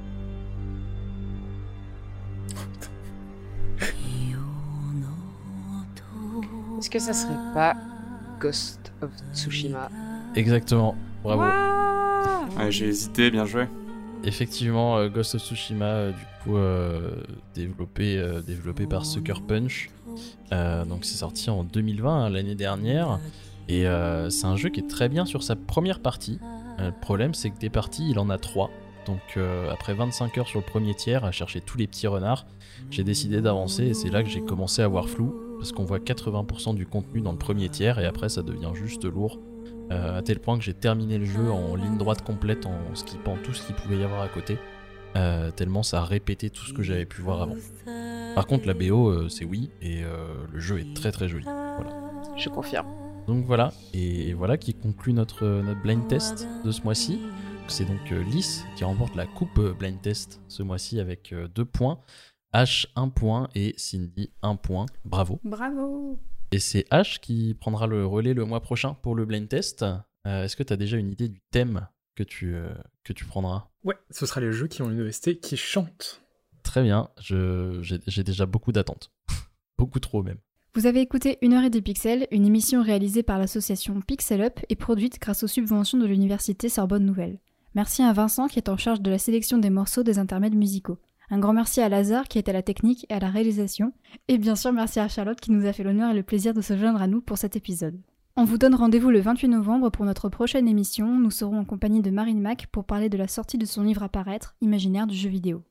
Est-ce que ça serait pas Ghost of Tsushima ? Exactement, bravo. Wow Ouais, j'ai hésité, bien joué. effectivement, euh, Ghost of Tsushima, euh, du coup, euh, développé, euh, développé par Sucker Punch. Euh, donc c'est sorti en deux mille vingt, hein, l'année dernière. Et euh, c'est un jeu qui est très bien sur sa première partie. Euh, le problème, c'est que des parties, il en a trois. Donc euh, après vingt-cinq heures sur le premier tiers, à chercher tous les petits renards, j'ai décidé d'avancer et c'est là que j'ai commencé à voir flou. Parce qu'on voit quatre-vingts pour cent du contenu dans le premier tiers et après ça devient juste lourd. Euh, à tel point que j'ai terminé le jeu en ligne droite complète en skippant tout ce qu'il pouvait y avoir à côté. Euh, tellement ça a répété tout ce que j'avais pu voir avant. Par contre la B O euh, c'est oui et euh, le jeu est très très joli. Voilà. Je confirme. Donc voilà, et voilà qui conclut notre, notre blind test de ce mois-ci. C'est donc euh, Lys qui remporte la coupe euh, blind test ce mois-ci avec euh, deux points. H un point et Cindy un point. Bravo. Bravo. Et c'est H qui prendra le relais le mois prochain pour le blind test. Euh, est-ce que tu as déjà une idée du thème que tu, euh, que tu prendras ? Ouais, ce sera les jeux qui ont une O S T qui chantent. Très bien, je, j'ai, j'ai déjà beaucoup d'attentes. Beaucoup trop même. Vous avez écouté Une heure et des pixels, une émission réalisée par l'association Pixel Up et produite grâce aux subventions de l'université Sorbonne Nouvelle. Merci à Vincent qui est en charge de la sélection des morceaux des intermèdes musicaux. Un grand merci à Lazare qui est à la technique et à la réalisation. Et bien sûr merci à Charlotte qui nous a fait l'honneur et le plaisir de se joindre à nous pour cet épisode. On vous donne rendez-vous le vingt-huit novembre pour notre prochaine émission. Nous serons en compagnie de Marine Mac pour parler de la sortie de son livre à paraître, Imaginaire du jeu vidéo.